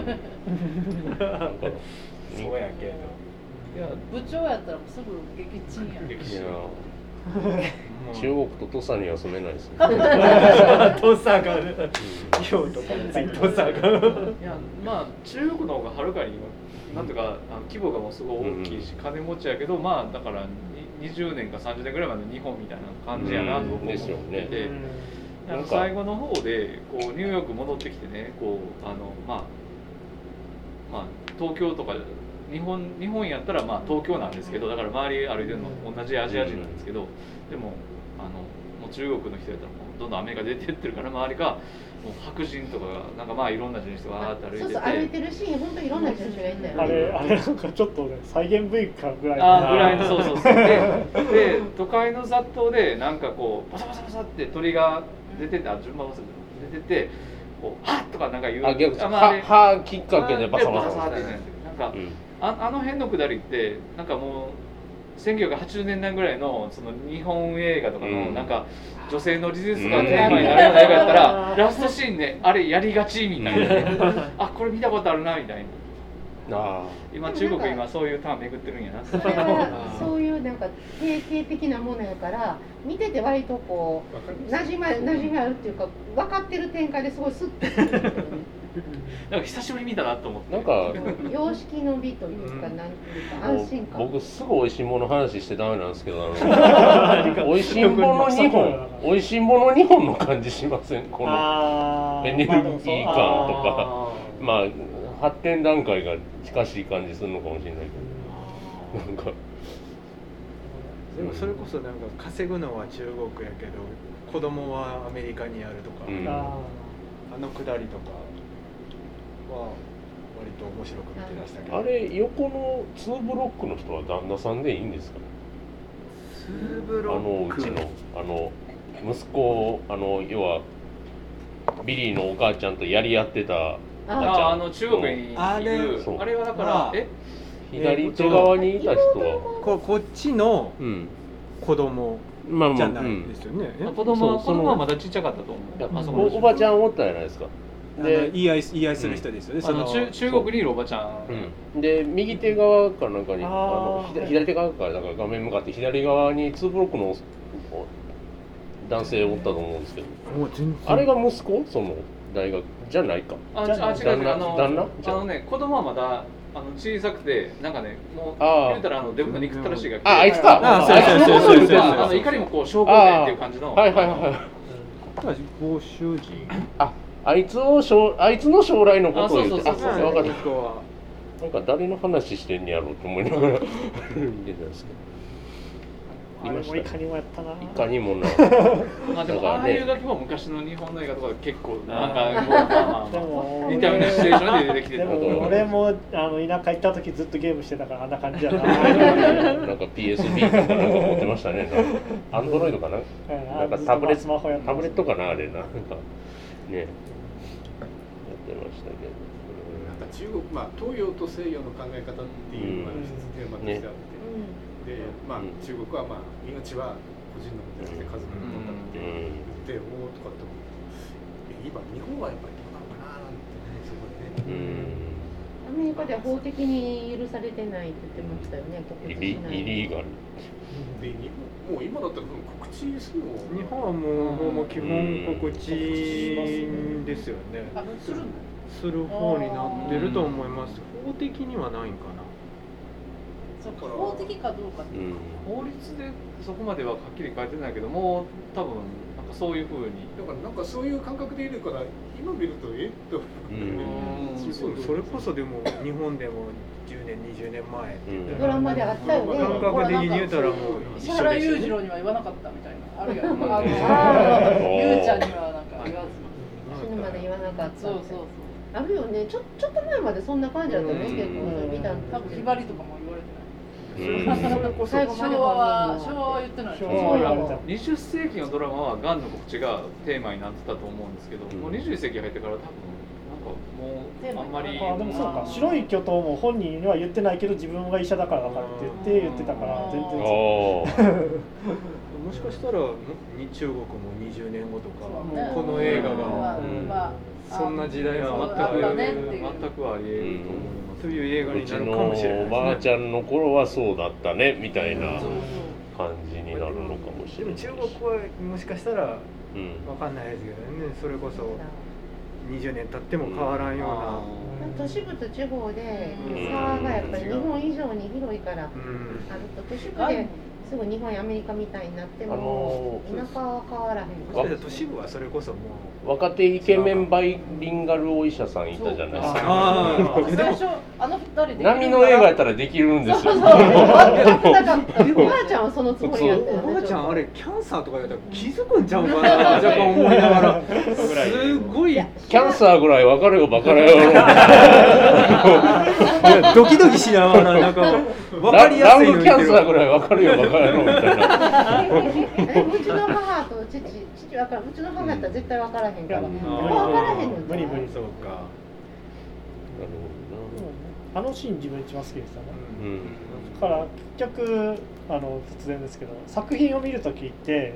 そうやけど。 いや部長やったらもうすぐ撃沈やん。 いや中国と土佐には住めないですね。 土佐が京都から次土佐が。 いやまあ中国の方がはるかになんとか規模がもうすごい大きいし金持ちやけど、まあだから20年か30年ぐらいまで日本みたいな感じやなと思ってて、最後の方でこうニューヨーク戻ってきてね、こうまあ東京とか日本やったらまあ東京なんですけど、だから周り歩いてるの同じアジア人なんですけど、でももう中国の人やったらもうどんどんアメリカ出てってるから、周りがもう白人とかがなんかまあいろんな人がわーって歩いてて、 そう歩いてるシーン本当にいろんな人がいたよ。 あれなんかちょっとね再現 V かぐらいぐらいのそうで都会の雑踏でなんかこうバサバサバサって鳥が出てて順番忘れて出ててこうはっとかなんか言うはきっかけでバサバサってなんかあの辺のくだりってなんかもう1980年代ぐらいのその日本映画とかのなんか女性のリズムがテーマになるような映画やったらラストシーンであれやりがちみたいなあこれ見たことあるなみたいな。今中国今そういうターン巡ってるんやな。 それはそういうなんか定型的なものやから見てて割とこう馴染みあるっていうか分かってる展開ですごいスッとする。 なんか久しぶりに見たなと思って。 なんか様式の美というかなんていうか安心感。 僕すぐ美味しいもの話してダメなんですけど、美味しいもの日本の感じしません？このエネルギー感とか、まあ発展段階が近しい感じするのかもしれないけど、なんかでもそれこそなんか稼ぐのは中国やけど子供はアメリカにあるとか、あのくだりとかは割と面白く見てましたけど、 あれ横の2ブロックの人は旦那さんでいいんですか？ 2ブロックうちの息子要はビリーのお母ちゃんとやり合ってた中国にいるあれはだから左手側にいた人はこっちの子供じゃないですよね。 子供はまだちっちゃかったと思う。 おばちゃんおったじゃないですか。 で言い合いする人ですよね。 中国にいるおばちゃん。 で右手側かなんかに左手側からだから画面向かって左側に2ブロックの男性おったと思うんですけど、あれが息子？その大学じゃないか。 違う旦那？子供はまだ小さくてなんかねもう言うたらデブの憎たらしいがあいつか。 いかにもこう証拠年っていう感じの。 はいはいはい。 ご主人。 あいつの将来のことを言って、分かった。 なんか誰の話してんねやろうと思いながら見てたんですけど。 あれもいかにもやったな。 いかにもな。 まあでもああいう楽器も昔の日本の映画とかで結構なんか似たようなシチュエーションで出てきてた。 でも俺も田舎行った時ずっとゲームしてたからあんな感じやな。 なんか PSB とかなんか持ってましたね。アンドロイドかな。なんかタブレットかなあれなんかねやってましたけど。 なんか中国東洋と西洋の考え方っていうのが一つテーマとしてあって。で中国は命は個人のものじゃなくて家族のものだって言っておおとかって今日本はやっぱりどうなのかななんてねそこでね。 アメリカでは法的に許されてないって言ってましたよね。 イリーガル。 でもう今だったら告知するの。 日本はもう基本告知ですよね。する方になってると思います。法的にはないんかな。 そうか、法的かどうかっていうか、 法律でそこまでははっきり書いてないけども多分なんかそういうふうにだからなんかそういう感覚でいるから今見るとそれこそでも日本でも10年20年前ドラマであったよね。 感覚的に言うたらもう石原裕次郎には言わなかったみたいなあるやん。ゆうちゃんにはなんか言わず死ぬまで言わなかった。 そうあるよね。ちょっと前までそんな感じだったね。結構見たん多分ひばりとかも言われてない。 最後まで昭和は言ってない。 20世紀のドラマはがんの告知がテーマになってたと思うんですけど、もう21世紀入ってから多分なんかもうあんまりでもそうか、白い巨頭も本人には言ってないけど自分が医者だから分かるって言ってたから全然もしかしたら中国も20年後とかこの映画がそんな時代は全くあり得ると思います。そういう映画になるかもしれないですね。 おばあちゃんの頃はそうだったねみたいな感じになるのかもしれない。 でも中国はもしかしたら分かんないですけどね。それこそ20年経っても変わらんような。 都市部と地方で差がやっぱり日本以上に広いからあると都市部ですぐ日本やアメリカみたいになっても田舎は変わらへん。 都市部はそれこそもう若手イケメンバイリンガルお医者さんいたじゃないですか。 最初2人で波の映画やったらできるんですよ。おばあちゃんはそのつもりやったよね。 おばあちゃんあれキャンサーとかやったら気づくんちゃうかな若干思いながらすごいキャンサーぐらい分かるよバカ野郎。 ドキドキしながらなんか分かりやすいのラングキャンサーぐらい分かるよバカ野郎みたいな。 うちの母と父分かる。うちの母やったら絶対分からへんから。分からへんの。 無理そうか。 あのシーン自分一番好きでしたね。だから結局突然ですけど作品を見るときって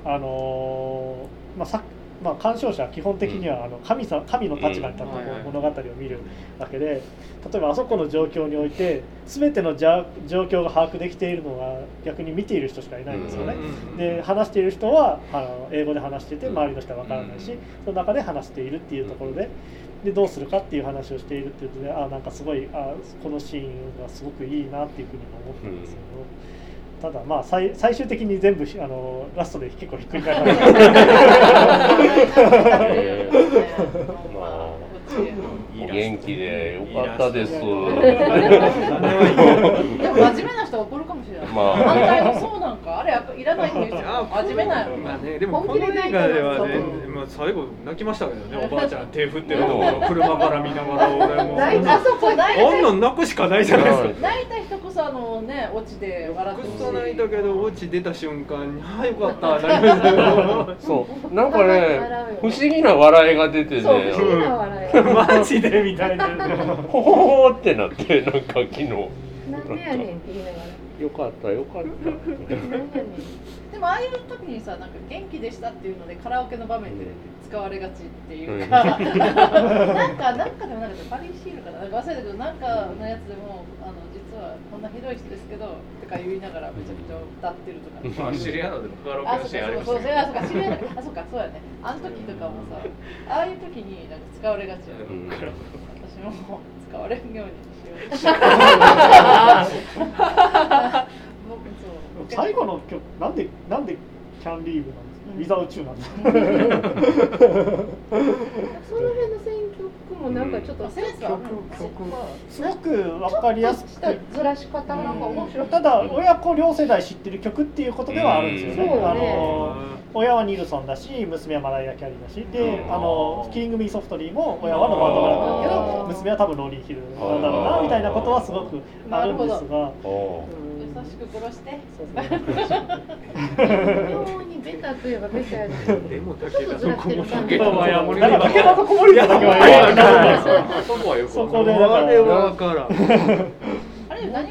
鑑賞者は基本的には神の立場に立って物語を見るわけで、例えばあそこの状況において全ての状況が把握できているのは逆に見ている人しかいないんですよね。で話している人は英語で話していて周りの人は分からないし、その中で話しているっていうところでどうするかっていう話をしているっていうとでなんかすごいこのシーンがすごくいいなっていうふうに思ったんですけど。ただ最終的に全部ラストで結構ひっくり返る。 お元気でよかったです。でも真面目な人は怒るかもしれない。反対もそうなんかあれいらないって言う人真面目なよ。 でもこの映画ではね、最後泣きましたけどね。おばあちゃん手振ってるのを車から見ながら俺もあそこ泣いあんなん泣くしかないじゃないですか。 泣いた人こそオチで笑ってほしい。 くっそ泣いたけどオチ出た瞬間によかったなりました。 そうなんかね不思議な笑いが出てね。 不思議な笑い。 マジでみたいな。 ほほほってなってなんか昨日。 なんでやねんって言いながら。 よかったよかった。 でもああいう時にさなんか元気でしたっていうのでカラオケの場面で使われがちっていうか、なんかでもなんかパリシールかな、なんか忘れたけどなんかのやつでも実はこんなひどい人ですけどとか言いながらめちゃくちゃ歌ってるとか。 シリアのでもカラオケのシーンありましたね。 そうかシリアのそうかそうやね。あの時とかもさああいう時になんか使われがちや。私も使われんようにしよう。 最後の曲なんでキャンリーブなんですか？ウィザウチューなんですか？ その辺の選曲ももなんかちょっとセンスあるのすごく分かりやすくずらし方なんか面白い。 ただ親子両世代知ってる曲っていうことではあるんですよね。 そうね親はニルソンだし、娘はマライア・キャリーだし、で、キリング・ミー・ソフトリーも親はロバート・ブラックだけど、娘は多分ローリー・ヒルなんだろうなみたいなことはすごくあるんですが、 優しく殺して。 妙にベタといえばベタやね。 でもちょっとずらしてる感じ。 だから武田と子守歌だけはそこはよくそこでだからわからん。 あれ何歌ったのかな。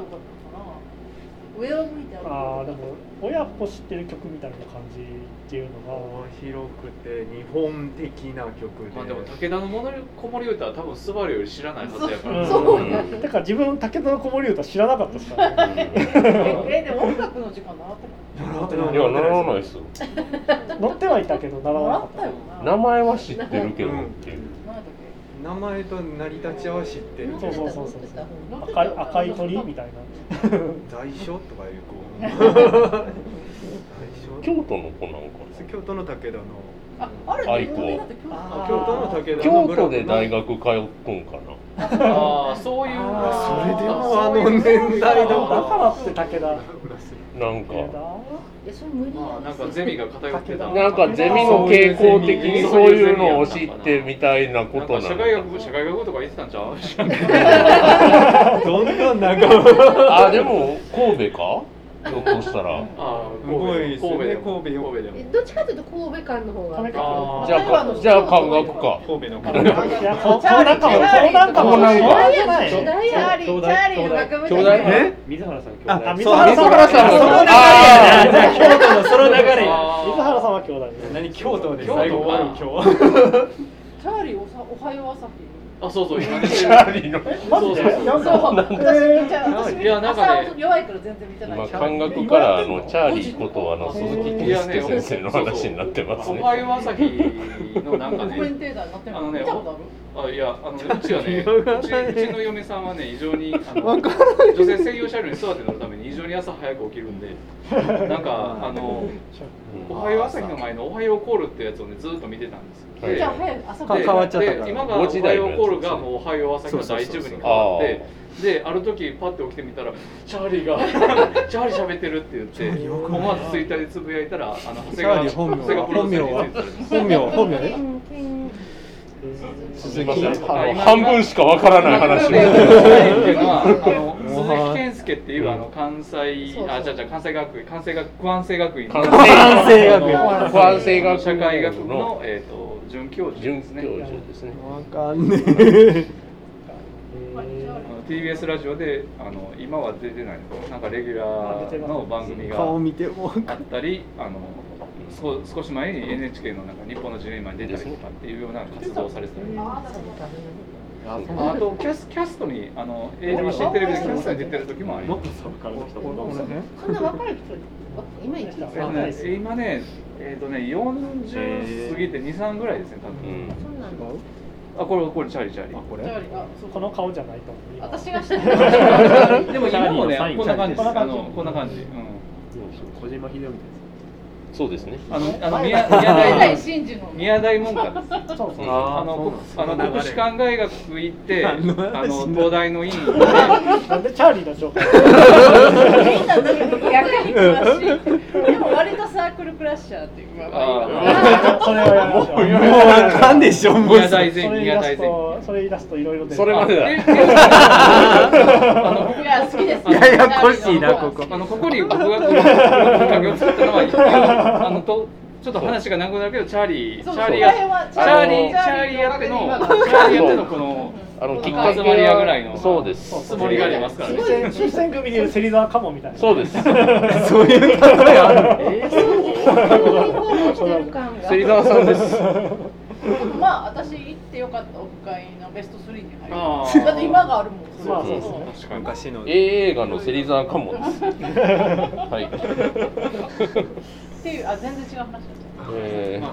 上を向いてある。 ああでも親子知ってる曲みたいな感じっていうのが広くて日本的な曲で。 まあでも武田の子守歌は多分スバルより知らないはずやから。 そうや。 だから自分武田の子守歌知らなかったですからね。 でも音楽の時間習っていや習わないですよ。 乗ってはいたけど習わなかったよ。 名前は知ってるけどっていう。 名前と成り立ちは知ってる。 そう赤い鳥みたいな。 大将とかいう子。 京都の子なんか京都の武田の愛子。 京都の武田京都で大学通っとんかな。 ああそういう。 それでもあの年代のだからって武田。 なんか。 なんかゼミが偏ってた。 なんかゼミの傾向的にそういうのを知ってみたいなことなの。 社会学とか言ってたんちゃう？ どんどんなんか。 あでも神戸か？ひょっとしたら。 神戸でも。 どっちかというと神戸間の方が。 じゃあ感覚か。 神戸の。 いやこうなんかもチャーリーの学部兄弟水原さんあ兄弟。 水原さん京都のその流れや。 水原さんは兄弟です。 何京都で最後終わる今日。 チャーリーおはよう朝日。 あそうそう今チャーリーの。 マジで？ 私いやなんかね弱いから全然見てない。 感覚からチャーリーこと鈴木圭介先生の話になってますね。 おはよう朝日のなんかね。 コメンテーターになってる。見たことある？ いやうちはねうちの嫁さんはね異常に女性専用車両に座って乗るために異常に朝早く起きるんでなんかおはよう朝日の前のおはようコールってやつをねずっと見てたんですよ。 じゃあ早く朝変わっちゃったから。 今がおはようコールがもうおはよう朝日の第一部に変わってである時パッて起きてみたらチャーリー喋ってるって言って思わずツイッターでつぶやいたら長谷川本名すみません半分しかわからない話を。鈴木健介っていう関西関西学院社会学部の准教授ですね。 わかんねえ。 TBS ラジオで今は出てないのなんかレギュラーの番組があったり少し前に NHK のなんか日本のジレンマに出たりとかっていうような活動をされてたりあとキャストにABC テレビでキャストに出てる時もあります。 そんな若い人今いくつ？ 今ね40過ぎて2、3ぐらいですね多分。 そうなんだ。 これチャーリー。 この顔じゃないと思う。 私が知ってる。 でも今もねこんな感じ。 小島秀夫みたいな。 そうですね。 宮台門下です。国士舘大学行って東大の院になんでチャーリーの紹介？ みんな逆に詳しい。でも割とサークルクラッシャーっていうそれはやもうわかんでしょ。 宮台前それ言い出すといろいろ。 それまでだ。 いや好きです。 ややこしいなここ。 ここに僕がきっかけを作ったのはちょっと話が長くなるけどチャーリーやってのこのきっかけぐらいのそうですつもりがありますからね。 新選組でいう芹沢かもみたいな。 そうです。 そういう例えある。 芹沢さんです。 まあ私行ってよかったオフ会のベスト3に入る。だって今があるもん。 そうですね。 昔の映画の芹沢かもです。はい。 っていう全然違う話だった。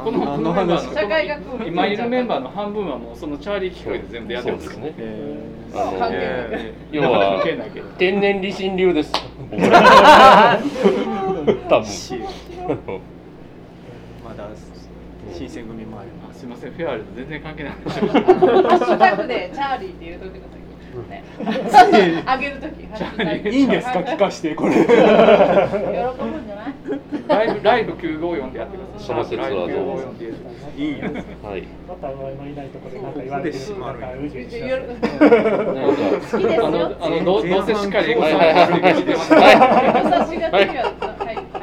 このメンバーの社会学部今いるメンバーの半分はもうそのチャーリー機会で全部やってますね。 要は天然理心流です。多分。 まだ新選組もあります。 すみません、フェアリーと全然関係ない。 ハッシュタグでチャーリーって入れといてください。ね、あげるときいいんですか、聞かしてこれ。 喜ぶんじゃない？ ライブ954でやってください。 その説はどうぞ。 いいんです。 はい。 また上のいないところでなんか言われてる。なんかうじうじし好きですよ。 どうせしっかりエゴサはい。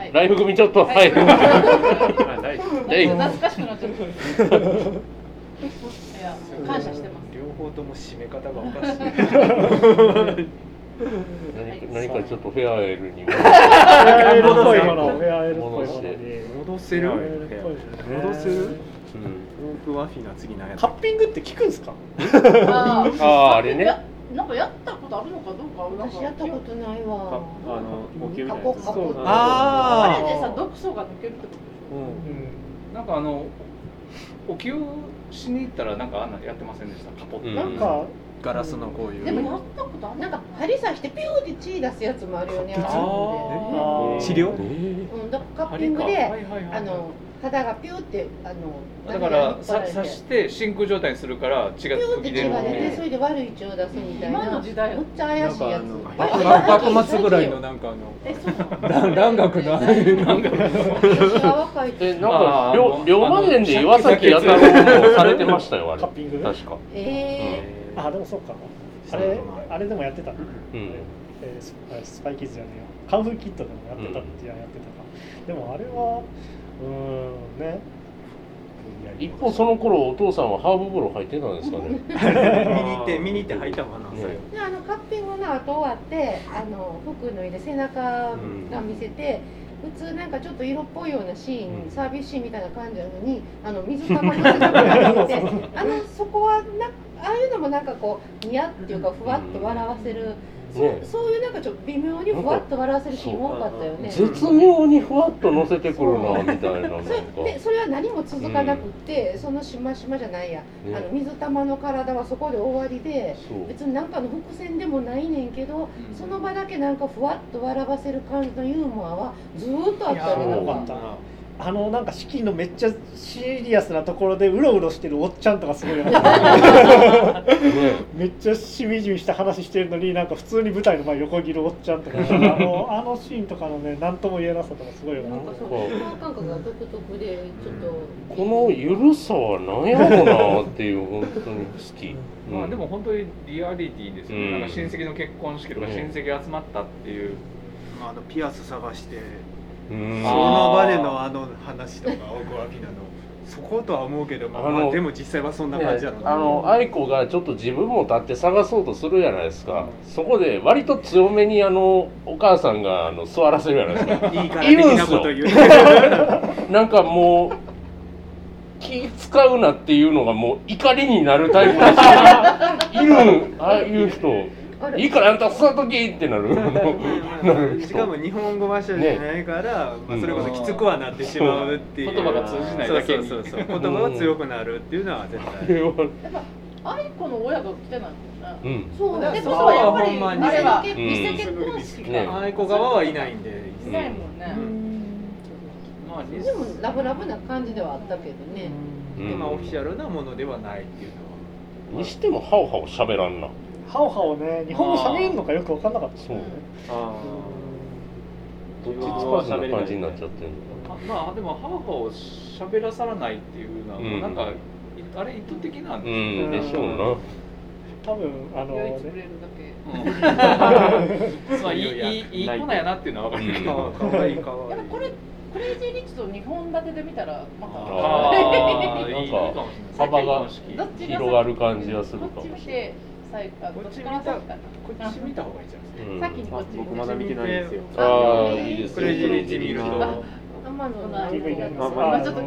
ライブ組ちょっとはい。 懐かしくなっちゃった。いや、感謝してます。 両方とも締め方がおかしい。 何かちょっとフェアエルにフェアエルっぽいもの、フェアエルっぽいものに戻せる？戻せる？僕はフィナ次何やった？ カッピングって聞くんですか？ あれね。 なんかやったことあるのかどうか。 私やったことないわ。 お灸みたいなやつ。 あれでさ、毒素が抜けるってことでしょ。 なんかお灸しに行ったらなんかあんなやってませんでした？カポッ。 なんかガラスのこういう。 でもやったことある。 なんか針刺してピューって血出すやつもあるよね。 治療？ だからカッピングで肌がピューってだから刺して真空状態にするから血が吹き出る。 それで悪い血を出すみたいな。 今の時代。 めっちゃ怪しいやつ。 幕末ぐらいのなんか蘭学のなんか龍馬伝で岩崎弥太郎もされてましたよあれ。 カッピング？ 確か。 あ、でもそうか。あれでもやってた。スパイキッズじゃねえよ。カンフーキットでもやってたってやってたか。でもあれはね。 一方その頃お父さんはハーブ風呂入ってたんですかね。 見に行って入ったもんな。 カッピングの後終わって服脱いで背中が見せて。普通なんかちょっと色っぽいようなシーン、サービスシーンみたいな感じなのに水玉の中に入ってそこはああいうのもなんかこうニヤっていうかふわっと笑わせる、そういうなんかちょっと微妙にふわっと笑わせるシーン多かったよね。 絶妙にふわっと乗せてくるなみたいな。 それは何も続かなくて、そのしましまじゃないや、水玉の体はそこで終わりで、別になんかの伏線でもないねんけど、その場だけなんかふわっと笑わせる感じのユーモアはずーっとあったね。 なんか四季のめっちゃシリアスなところでうろうろしてるおっちゃんとかすごいめっちゃしみじみした話してるのになんか普通に舞台の前横切るおっちゃんとかあのシーンとかのね何とも言えなさとかすごいよな。 なんかそういう感覚が独特でちょっとこのゆるさは何やろうなっていう本当に好き。 まあでも本当にリアリティですよね。なんか親戚の結婚式とか親戚集まったっていう。 ピアス探して。その場での話とか大桑フィナのそことは思うけど、でも実際はそんな感じやろ。 愛子がちょっと自分も立って探そうとするじゃないですか。そこで割と強めにお母さんが座らせるじゃないですか。 いいから的なこと言う。 なんかもう気使うなっていうのがもう怒りになるタイプの人がいる。ああいう人。いいからあんた座っときってなる。 しかも日本語話者じゃないから、それこそきつくはなってしまうっていう。 言葉が通じないだけに。 言葉が強くなるっていうのは絶対。 愛子の親が来てないもんね。 そうだけどやっぱりあれは偽結婚式か。 愛子側はいないんで。 いないもんね。 でもラブラブな感じではあったけどね。 オフィシャルなものではないっていうのは。 にしてもハオハオ喋らんな。 ハオハオね、日本語喋るのかよく分かんなかったですね。 どっちつかずな感じになっちゃってるのか。 まあでもハオハオ喋らさらないっていうのはなんかあれ意図的なんですよね。でしょうな。 唯多分一くれるだけ。 まあいい子なんやなっていうのは分かるけど。 可愛い可愛い。 やっぱこれクレイジーリッチと2本立てで見たらまたなんか幅が広がる感じはするかもしれない。 こっち見た方がいいじゃないですか。 先にこっち僕まだ見てないんですよ。 いいですよ。 クレイジーリッチ見ると。 今ちょっと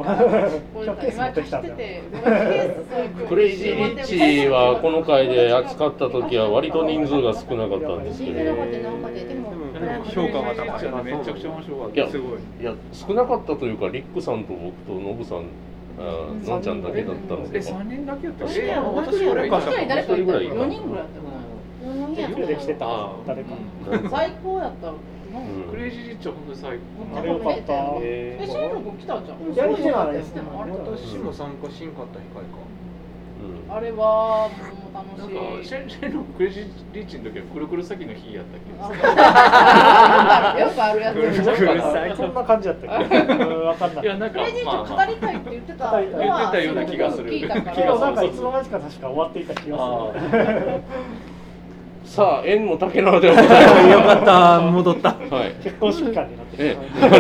クレイジーリッチはこの回で扱った時は割と人数が少なかったんですけど。 評価が高い。 めちゃくちゃ面白かった。 いや少なかったというかリックさんと僕とノブさん。のんちゃんだけだったんですけど。 3人だけやったっけ？ 私ぐらい誰かいた。4人ぐらいだったかな。 野球で来てた誰か最高やったクレイジーリッチは本当に最高。 あれよかった。 シェンロン君来たんじゃん。 やりてないですね。 私も参加しんかった控えか。 あれはもう楽しい。 なんかシェンロンクレイジーリッチの時はくるくる先の日やったっけ。よくあるやつ。 そんな感じやったっけ。わかんない。 いやなんかクレイジーリッチ語りたいって言ってたような気がする。 聞いたから。 けどなんかいつの間にか確か終わっていた気がする。 さあ縁も竹縄でございます。 よかった戻った。 はい。 結婚式館になって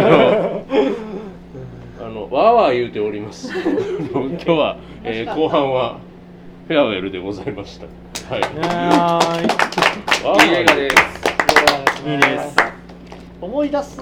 わーわー言うております。今日は後半はフェアウェルでございました。はい。 いい映画です。 いいです。思い出す